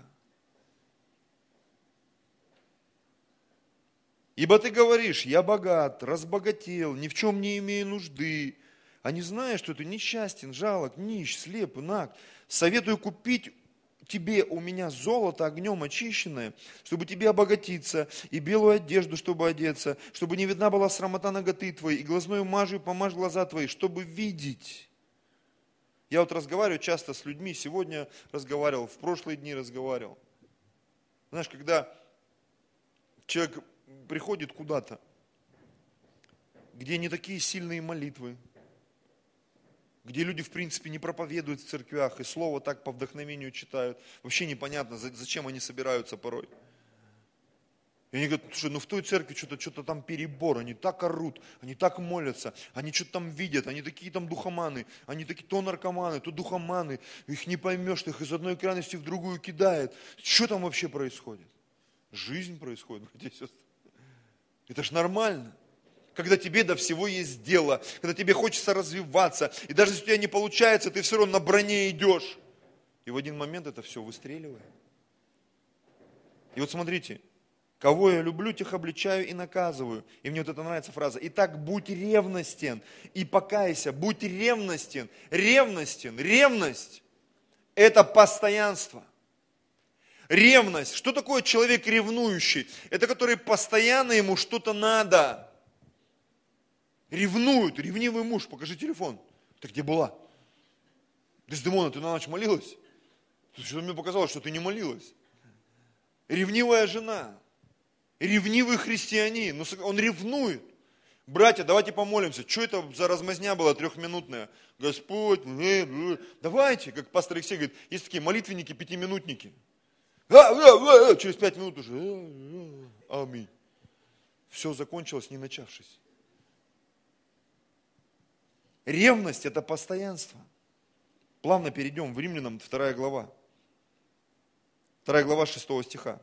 Ибо ты говоришь, я богат, разбогател, ни в чем не имею нужды, а не знаешь, что ты несчастен, жалок, нищ, слеп, наг. Советую купить тебе у меня золото огнем очищенное, чтобы тебе обогатиться, и белую одежду, чтобы одеться, чтобы не видна была срамота наготы твоей, и глазною мажью помажь глаза твои, чтобы видеть. Я вот разговариваю часто с людьми, сегодня разговаривал, в прошлые дни разговаривал. Знаешь, когда человек приходит куда-то, где не такие сильные молитвы, где люди, в принципе, не проповедуют в церквях, и слово так по вдохновению читают. Вообще непонятно, зачем они собираются порой. И они говорят, слушай, ну в той церкви что-то что-то там перебор, они так орут, они так молятся, они что-то там видят, они такие там духоманы, они такие то наркоманы, то духоманы, их не поймешь, их из одной крайности в другую кидает. Что там вообще происходит? Жизнь происходит, братья и сестры. Это ж нормально. Когда тебе до всего есть дело, когда тебе хочется развиваться, и даже если у тебя не получается, ты все равно на броне идешь. И в один момент это все выстреливает. И вот смотрите, кого я люблю, тех обличаю и наказываю. И мне вот это нравится фраза. Итак, будь ревностен и покайся, будь ревностен, ревностен, ревность – это постоянство. Ревность. Что такое человек ревнующий? Это который постоянно ему что-то надо. Ревнуют. Ревнивый муж. Покажи телефон. Ты где была? Дездемона, ты на ночь молилась? Что-то мне показалось, что ты не молилась. Ревнивая жена. Ревнивый христианин. Он ревнует. Братья, давайте помолимся. Что это за размазня была трехминутная? Господь, давайте, как пастор Алексей говорит, есть такие молитвенники, пятиминутники. Через пять минут уже. Аминь. Все закончилось, не начавшись. Ревность – это постоянство. Плавно перейдем в Римлянам, вторая глава. Вторая глава шестого стиха.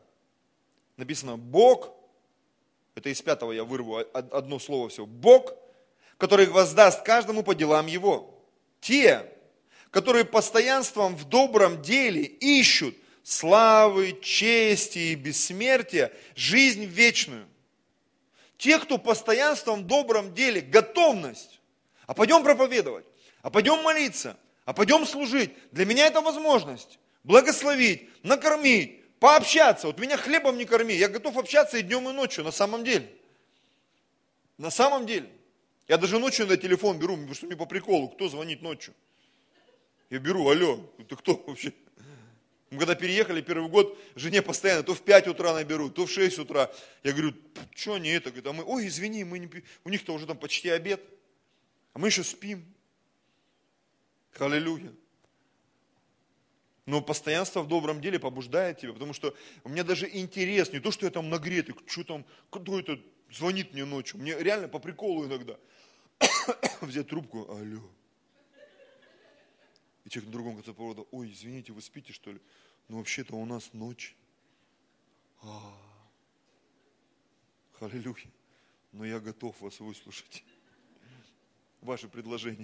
Написано, Бог, это из пятого я вырву одно слово всего. Бог, который воздаст каждому по делам его. Те, которые постоянством в добром деле ищут славы, чести и бессмертия, жизнь вечную. Те, кто постоянством в добром деле, готовность, а пойдем проповедовать, а пойдем молиться, а пойдем служить. Для меня это возможность благословить, накормить, пообщаться. Вот меня хлебом не корми, я готов общаться и днем, и ночью, на самом деле. На самом деле. Я даже ночью на телефон беру, потому что мне по приколу, кто звонит ночью. Я беру, алло, ты кто вообще? Мы когда переехали первый год, жене постоянно то в пять утра наберу, то в шесть утра. Я говорю, что они это? Говорят, а мы, ой, извини, мы не пи... у них-то уже там почти обед, а мы еще спим. Аллилуйя. Но постоянство в добром деле побуждает тебя, потому что у меня даже интерес, не то, что я там нагретый, что там, кто это звонит мне ночью. Мне реально по приколу иногда взять трубку, алло. И человек на другом конце провода, ой, извините, вы спите, что ли? Ну, вообще-то у нас ночь. А, аллилуйя. Но я готов вас выслушать. Ваши предложения.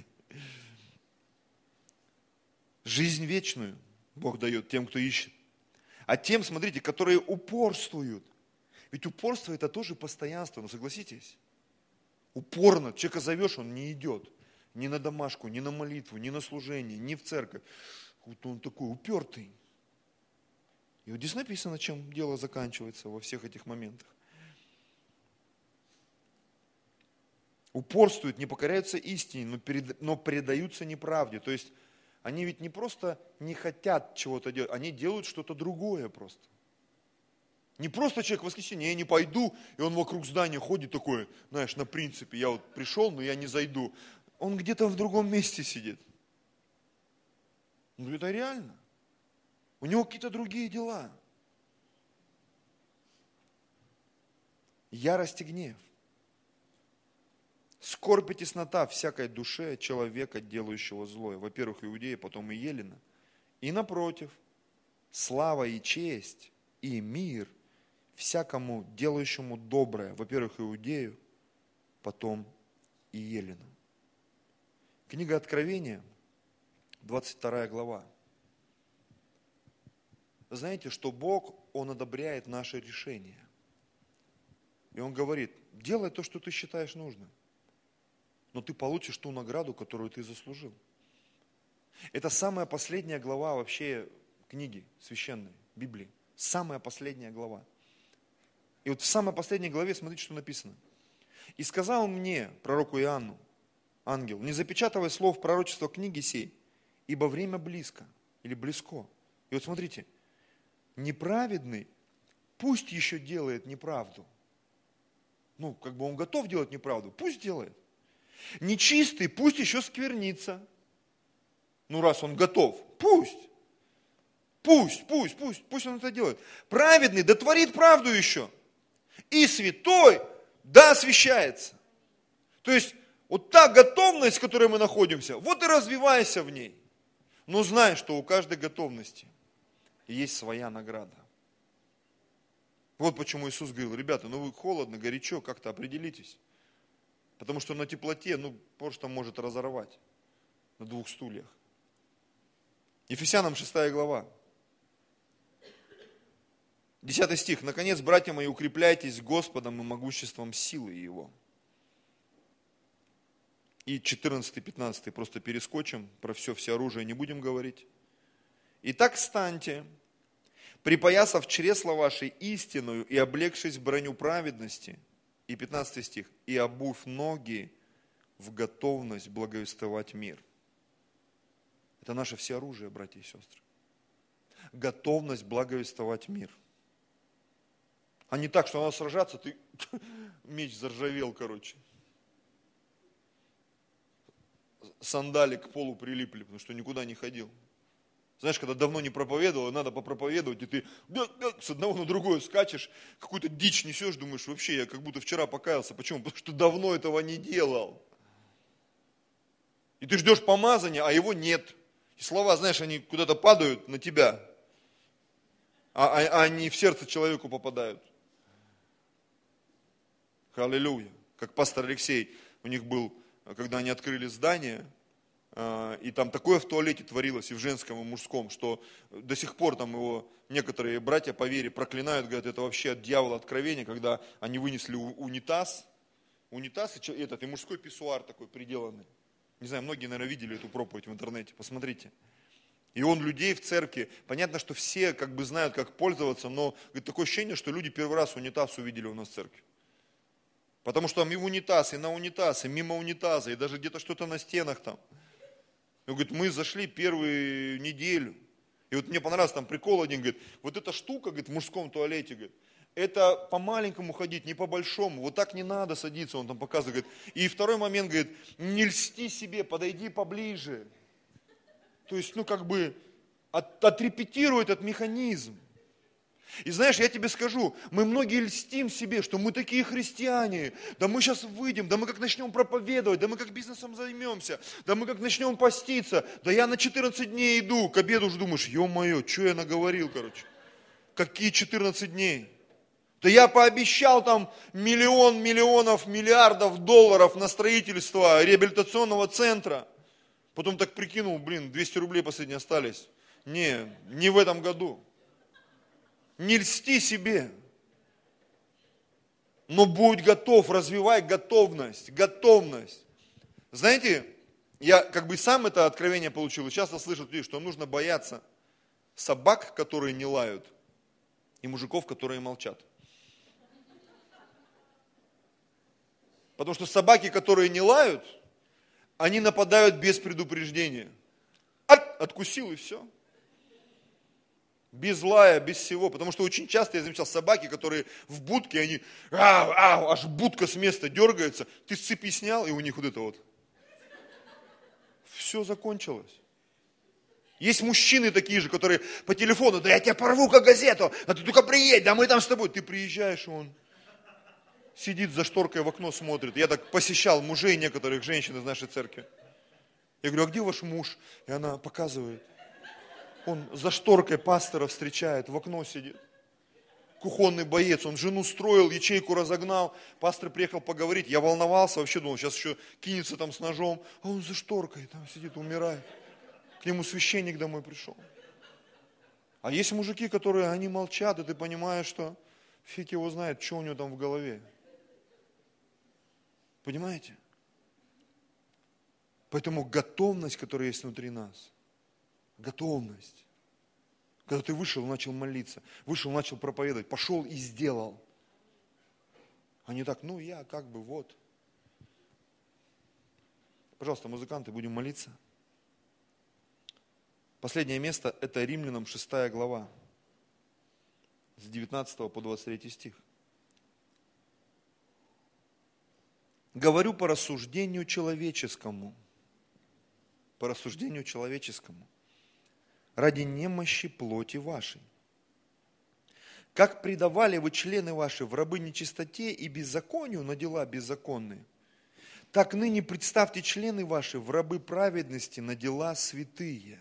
Жизнь вечную Бог дает тем, кто ищет. А тем, смотрите, которые упорствуют. Ведь упорство это тоже постоянство, ну согласитесь. Упорно, человека зовешь, он не идет. Ни на домашку, ни на молитву, ни на служение, ни в церковь. Вот он такой упертый. И вот здесь написано, чем дело заканчивается во всех этих моментах. Упорствуют, не покоряются истине, но, перед, но предаются неправде. То есть они ведь не просто не хотят чего-то делать, они делают что-то другое просто. Не просто человек в воскресенье, я не пойду, и он вокруг здания ходит такой, знаешь, на принципе, я вот пришел, но я не зайду. Он где-то в другом месте сидит. Ну это реально. У него какие-то другие дела. Ярость и гнев. Скорбь и теснота всякой душе человека, делающего злое. Во-первых, Иудея, потом и Елена. И напротив, слава и честь и мир всякому, делающему доброе. Во-первых, Иудею, потом и Елену. Книга Откровения, двадцать вторая глава. Вы знаете, что Бог, Он одобряет наши решения. И Он говорит, делай то, что ты считаешь нужным. Но ты получишь ту награду, которую ты заслужил. Это самая последняя глава вообще книги священной, Библии. Самая последняя глава. И вот в самой последней главе, смотрите, что написано. «И сказал мне, пророку Иоанну, ангел, не запечатывай слов пророчества книги сей, ибо время близко, или близко». И вот смотрите, неправедный пусть еще делает неправду. Ну, как бы он готов делать неправду, пусть делает. Нечистый пусть еще сквернится. Ну, раз он готов, пусть. Пусть, пусть, пусть, пусть он это делает. Праведный да творит правду еще. И святой да освящается. То есть, вот та готовность, в которой мы находимся, вот и развивайся в ней. Но знай, что у каждой готовности есть своя награда. Вот почему Иисус говорил, ребята, ну вы холодно, горячо, как-то определитесь. Потому что на теплоте, ну, просто может разорвать на двух стульях. Ефесянам шестая глава. десятый стих. Наконец, братья мои, укрепляйтесь Господом и могуществом силы Его. И четырнадцатый-пятнадцатый просто перескочим, про все, все оружие не будем говорить. Итак, встаньте, припоясав чресла вашей истинную и облегшись в броню праведности. И пятнадцатый стих. И обув ноги в готовность благовествовать мир. Это наше всеоружие, братья и сестры. Готовность благовествовать мир. А не так, что надо сражаться, ты меч заржавел, короче. Сандали к полу прилипли, потому что никуда не ходил. Знаешь, когда давно не проповедовал, надо попроповедовать, и ты с одного на другое скачешь, какую-то дичь несешь, думаешь, вообще я как будто вчера покаялся. Почему? Потому что давно этого не делал. И ты ждешь помазания, а его нет. И слова, знаешь, они куда-то падают на тебя, а, а, а они в сердце человеку попадают. Аллилуйя. Как пастор Алексей, у них был когда они открыли здание, и там такое в туалете творилось, и в женском, и в мужском, что до сих пор там его некоторые братья по вере проклинают, говорят, это вообще от дьявола откровение, когда они вынесли унитаз, унитаз и этот, и мужской писсуар такой приделанный. Не знаю, многие, наверное, видели эту проповедь в интернете, посмотрите. И он людей в церкви, понятно, что все как бы знают, как пользоваться, но говорит, такое ощущение, что люди первый раз унитаз увидели у нас в церкви. Потому что там и в унитаз, и на унитаз, и мимо унитаза, и даже где-то что-то на стенах там. И он говорит, мы зашли первую неделю. И вот мне понравился там прикол один, говорит, вот эта штука, говорит, в мужском туалете, говорит, это по-маленькому ходить, не по-большому, вот так не надо садиться, он там показывает. Говорит. И второй момент, говорит, не льсти себе, подойди поближе. То есть, ну как бы, от, отрепетируй этот механизм. И знаешь, я тебе скажу, мы многие льстим себе, что мы такие христиане, да мы сейчас выйдем, да мы как начнем проповедовать, да мы как бизнесом займемся, да мы как начнем поститься, да я на четырнадцать дней иду, к обеду уже думаешь, ё-моё, что я наговорил, короче, какие четырнадцать дней? Да я пообещал там миллион миллионов, миллиардов долларов на строительство реабилитационного центра, потом так прикинул, блин, двести рублей последние остались, не, не в этом году. Не льсти себе, но будь готов, развивай готовность, готовность. Знаете, я как бы сам это откровение получил, и часто слышу от людей, что нужно бояться собак, которые не лают, и мужиков, которые молчат. Потому что собаки, которые не лают, они нападают без предупреждения. От, откусил и все. Без лая, без всего. Потому что очень часто я замечал собаки, которые в будке, они ау, ау, аж будка с места дергается. Ты с цепи снял, и у них вот это вот. Все закончилось. Есть мужчины такие же, которые по телефону, да я тебя порву как газету, а ты только приедь, да мы там с тобой. Ты приезжаешь, и он сидит за шторкой в окно, смотрит. Я так посещал мужей некоторых женщин из нашей церкви. Я говорю, а где ваш муж? И она показывает. Он за шторкой пастора встречает, в окно сидит. Кухонный боец, он жену строил, ячейку разогнал. Пастор приехал поговорить, я волновался, вообще думал, сейчас еще кинется там с ножом. А он за шторкой там сидит, умирает. К нему священник домой пришел. А есть мужики, которые, они молчат, и ты понимаешь, что фиг его знает, что у него там в голове. Понимаете? Поэтому готовность, которая есть внутри нас, готовность. Когда ты вышел, начал молиться, вышел, начал проповедовать, пошел и сделал. А не так, ну я как бы вот. Пожалуйста, музыканты, будем молиться. Последнее место – это Римлянам шестая глава, с девятнадцатого по двадцать третий стих. Говорю по рассуждению человеческому, по рассуждению человеческому, ради немощи плоти вашей. Как предавали вы члены ваши в рабы нечистоте и беззаконию на дела беззаконные, так ныне представьте члены ваши в рабы праведности на дела святые.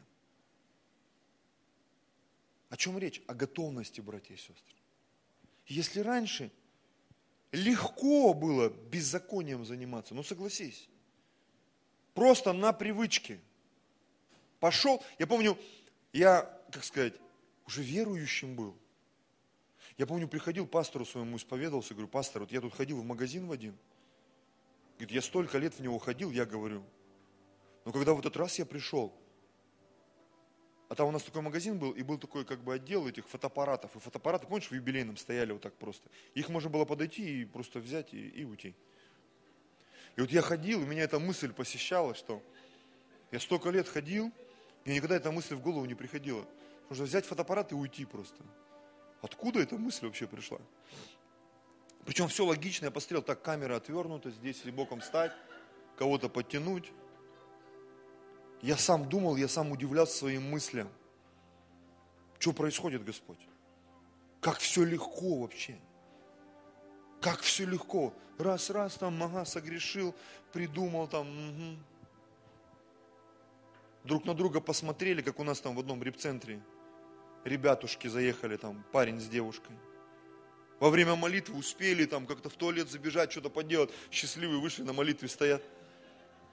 О чем речь? О готовности, братья и сестры. Если раньше легко было беззаконием заниматься, ну согласись, просто на привычке. Пошел, я помню, я, как сказать, уже верующим был. Я помню, приходил к пастору своему, исповедовался, говорю, пастор, вот я тут ходил в магазин в один. Говорит, я столько лет в него ходил, я говорю. Но когда в этот раз я пришел, а там у нас такой магазин был, и был такой как бы отдел этих фотоаппаратов. И фотоаппараты, помнишь, в юбилейном стояли вот так просто. Их можно было подойти и просто взять и, и уйти. И вот я ходил, и меня эта мысль посещала, что я столько лет ходил, мне никогда эта мысль в голову не приходила. Нужно взять фотоаппарат и уйти просто. Откуда эта мысль вообще пришла? Причем все логично, я посмотрел, так камера отвернута, здесь боком стать, кого-то подтянуть. Я сам думал, я сам удивлялся своим мыслям. Что происходит, Господь? Как все легко вообще. Как все легко. Раз, раз, там, ага, согрешил, придумал там. Угу. Друг на друга посмотрели, как у нас там в одном репцентре. Ребятушки заехали, там, парень с девушкой. Во время молитвы успели там как-то в туалет забежать, что-то поделать. Счастливые вышли, на молитве стоят.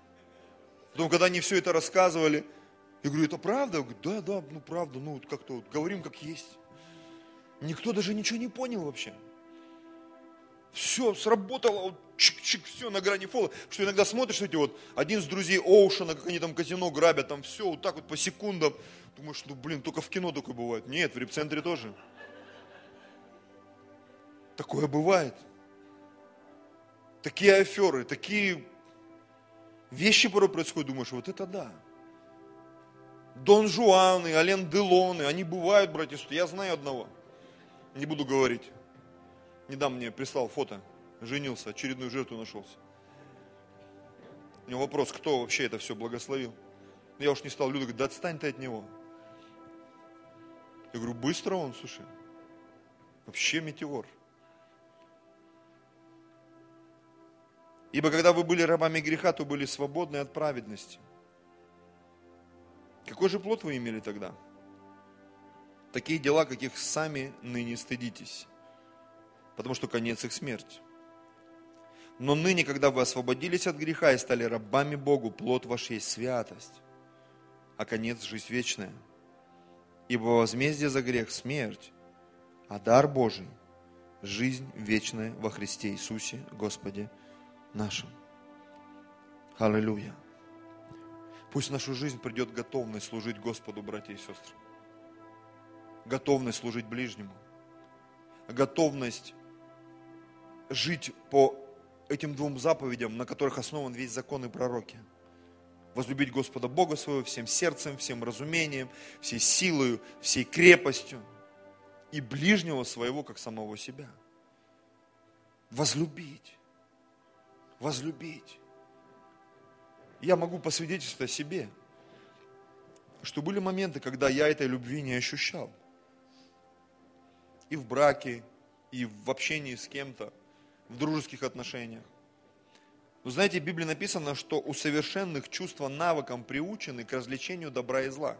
Потом, когда они все это рассказывали, я говорю, это правда? Я говорю, да, да, ну правда, ну как-то вот говорим как есть. Никто даже ничего не понял вообще. Все сработало, вот, чик-чик, все на грани фола. Что иногда смотришь, эти вот, один из друзей Оушена, как они там казино грабят, там все вот так вот по секундам. Думаешь, ну блин, только в кино такое бывает. Нет, в репцентре тоже. Такое бывает. Такие аферы, такие вещи порой происходят, думаешь, вот это да. Дон Жуаны, Ален Делоны, они бывают, братья и сестры. Я знаю одного, не буду говорить. Недавно мне прислал фото, женился, очередную жертву нашелся. У него вопрос, кто вообще это все благословил. Я уж не стал, Люда говорит, да отстань ты от него. Я говорю, быстро он, слушай, вообще метеор. Ибо когда вы были рабами греха, то были свободны от праведности. Какой же плод вы имели тогда? Такие дела, каких сами ныне стыдитесь, потому что конец их смерть. Но ныне, когда вы освободились от греха и стали рабами Богу, плод ваш есть святость, а конец – жизнь вечная. Ибо возмездие за грех – смерть, а дар Божий – жизнь вечная во Христе Иисусе, Господе нашим. Аллилуйя. Пусть в нашу жизнь придет готовность служить Господу, братья и сестры. Готовность служить ближнему. Готовность жить по этим двум заповедям, на которых основан весь закон и пророки. Возлюбить Господа Бога своего всем сердцем, всем разумением, всей силою, всей крепостью. И ближнего своего, как самого себя. Возлюбить. Возлюбить. Я могу посвидетельствовать о себе, что были моменты, когда я этой любви не ощущал. И в браке, и в общении с кем-то, в дружеских отношениях. Но знаете, в Библии написано, что у совершенных чувства навыкам приучены к развлечению добра и зла.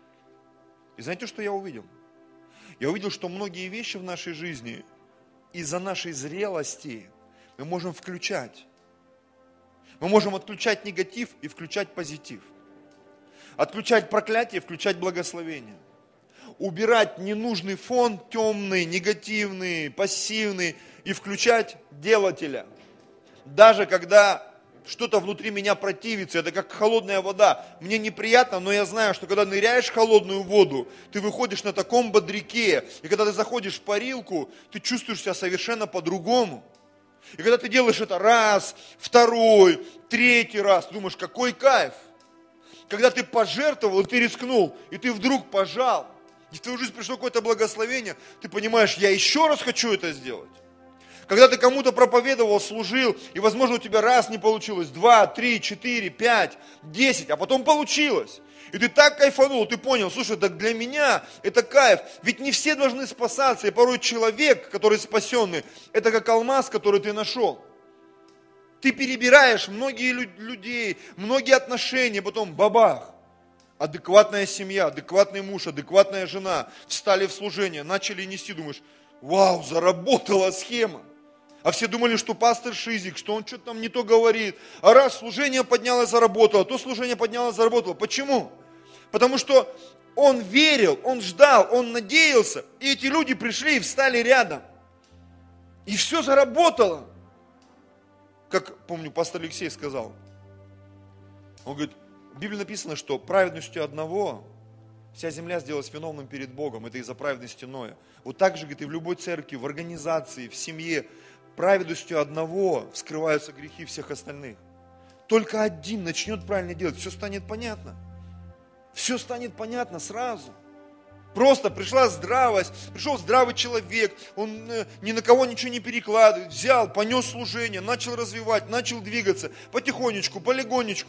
И знаете, что я увидел? Я увидел, что многие вещи в нашей жизни из-за нашей зрелости мы можем включать. Мы можем отключать негатив и включать позитив. Отключать проклятие, включать благословение. Убирать ненужный фон, темный, негативный, пассивный, и включать делателя. Даже когда что-то внутри меня противится, это как холодная вода. Мне неприятно, но я знаю, что когда ныряешь в холодную воду, ты выходишь на таком бодряке. И когда ты заходишь в парилку, ты чувствуешь себя совершенно по-другому. И когда ты делаешь это раз, второй, третий раз, ты думаешь, какой кайф. Когда ты пожертвовал, и ты рискнул, и ты вдруг пожал, и в твою жизнь пришло какое-то благословение, ты понимаешь, я еще раз хочу это сделать. Когда ты кому-то проповедовал, служил, и, возможно, у тебя раз не получилось, два, три, четыре, пять, десять, а потом получилось. И ты так кайфанул, ты понял, слушай, так для меня это кайф. Ведь не все должны спасаться, и порой человек, который спасенный, это как алмаз, который ты нашел. Ты перебираешь многие людей, многие отношения, потом бабах. Адекватная семья, адекватный муж, адекватная жена встали в служение, начали нести, думаешь, вау, заработала схема. А все думали, что пастор шизик, что он что-то там не то говорит. А раз служение поднялось, заработало, то служение поднялось, заработало. Почему? Потому что он верил, он ждал, он надеялся. И эти люди пришли и встали рядом. И все заработало. Как, помню, пастор Алексей сказал. Он говорит, в Библии написано, что праведностью одного вся земля сделалась виновным перед Богом. Это из-за праведности Ноя. Вот так же, говорит, и в любой церкви, в организации, в семье, праведностью одного вскрываются грехи всех остальных. Только один начнет правильно делать, все станет понятно. Все станет понятно сразу. Просто пришла здравость, пришел здравый человек, он ни на кого ничего не перекладывает, взял, понес служение, начал развивать, начал двигаться, потихонечку, полегонечку.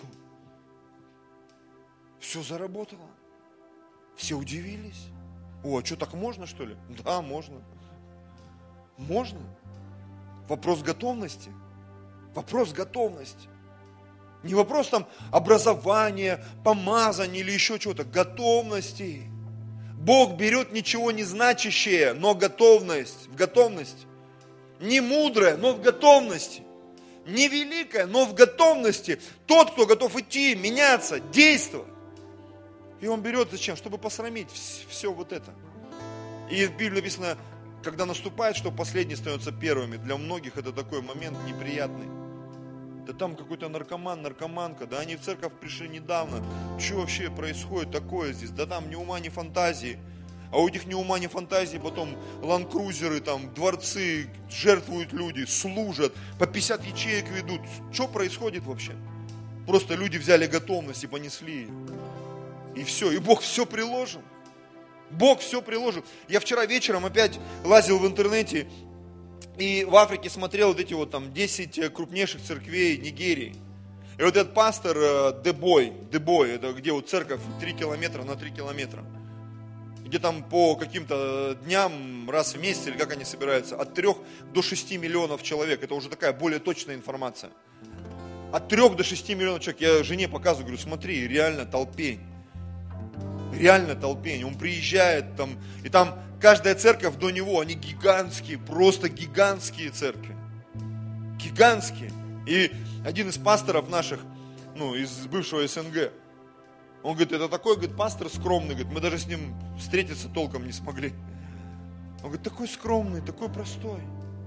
Все заработало. Все удивились. О, а что, так можно, что ли? Да, можно. Можно. Вопрос готовности. Вопрос готовности. Не вопрос там образования, помазания или еще чего-то. Готовности. Бог берет ничего не значащее, но готовность. В готовности. Не мудрое, но в готовности. невеликая, но в готовности. Тот, кто готов идти, меняться, действовать. И он берет зачем? Чтобы посрамить все вот это. И в Библии написано, когда наступает, что последние становятся первыми. Для многих это такой момент неприятный. Да там какой-то наркоман, наркоманка, да они в церковь пришли недавно. Что вообще происходит такое здесь? Да там ни ума, ни фантазии. А у этих ни ума, ни фантазии потом ландкрузеры, там, дворцы, жертвуют люди, служат, по пятьдесят ячеек ведут. Что происходит вообще? Просто люди взяли готовность и понесли. И все, и Бог все приложил. Бог все приложил. Я вчера вечером опять лазил в интернете и в Африке смотрел вот эти вот там десять крупнейших церквей Нигерии. И вот этот пастор Дебой, Дебой, это где вот церковь три километра на три километра. Где там по каким-то дням, раз в месяц, или как они собираются, от трех до шести миллионов человек. Это уже такая более точная информация. От трех до шести миллионов человек. Я жене показываю, говорю, смотри, реально толпень. Реально толпень. Он приезжает там, и там каждая церковь до него, они гигантские, просто гигантские церкви. Гигантские. И один из пасторов наших, ну, из бывшего СНГ, он говорит, это такой, говорит, пастор скромный, говорит, мы даже с ним встретиться толком не смогли. Он говорит, такой скромный, такой простой.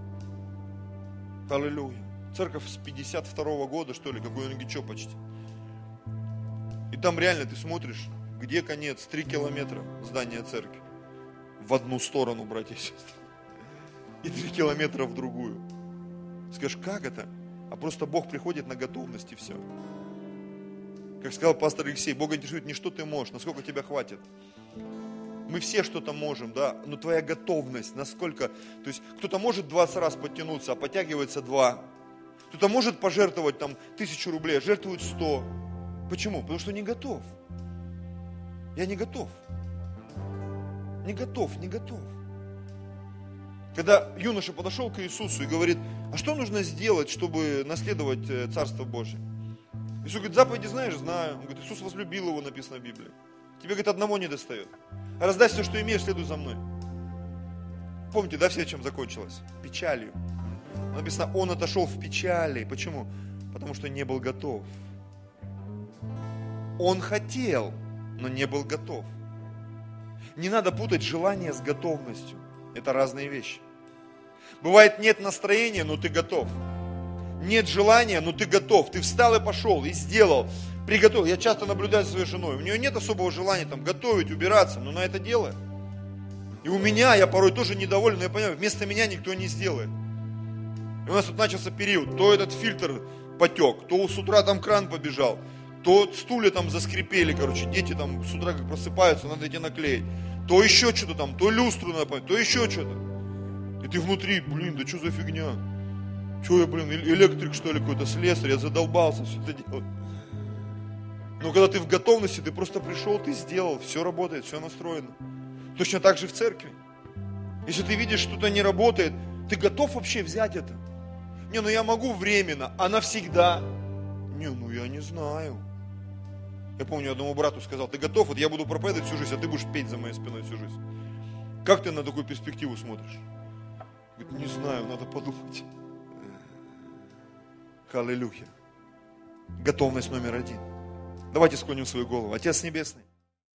Аллилуйя. Церковь с пятьдесят второго года, что ли, какой он гичо почти. И там реально ты смотришь, где конец, три километра здания церкви. В одну сторону, братья и сестры. И три километра в другую. Скажешь, как это? А просто Бог приходит на готовность и все. Как сказал пастор Алексей, Бога интересует не что ты можешь, насколько тебя хватит. Мы все что-то можем, да, но твоя готовность, насколько, то есть кто-то может двадцать раз подтянуться, а подтягивается два. Кто-то может пожертвовать там тысячу рублей, а жертвует сто. Почему? Потому что не готов. Я не готов. Не готов, не готов. Когда юноша подошел к Иисусу и говорит, а что нужно сделать, чтобы наследовать Царство Божие? Иисус говорит, заповеди знаешь? Знаю. Он говорит, Иисус возлюбил его, написано в Библии. Тебе, говорит, одного не достает. Раздай все, что имеешь, следуй за мной. Помните, да, все, чем закончилось? Печалью. Написано, он отошел в печали. Почему? Потому что не был готов. Он хотел, но не был готов. Не надо путать желание с готовностью. Это разные вещи. Бывает, нет настроения, но ты готов. Нет желания, но ты готов. Ты встал и пошел, и сделал. Приготовил. Я часто наблюдаю за своей женой. У нее нет особого желания там готовить, убираться, но она это делает. И у меня, я порой тоже недоволен, но я понимаю, вместо меня никто не сделает. И у нас тут начался период. То этот фильтр потек, то с утра там кран побежал, то стулья там заскрипели, короче, дети там с утра как просыпаются, надо идти наклеить. То еще что-то там, то люстру надо понять, то еще что-то. И ты внутри, блин, да что за фигня? Че я, блин, электрик что ли какой-то, слесарь, я задолбался все это делать. Но когда ты в готовности, ты просто пришел, ты сделал, все работает, все настроено. Точно так же в церкви. Если ты видишь, что-то не работает, ты готов вообще взять это? Не, ну я могу временно, а навсегда? Не, ну я не знаю. Я помню, одному брату сказал, ты готов, вот я буду проповедовать всю жизнь, а ты будешь петь за моей спиной всю жизнь. Как ты на такую перспективу смотришь? Говорит, не знаю, надо подумать. Аллилуйя. Готовность номер один. Давайте склоним свою голову. Отец Небесный.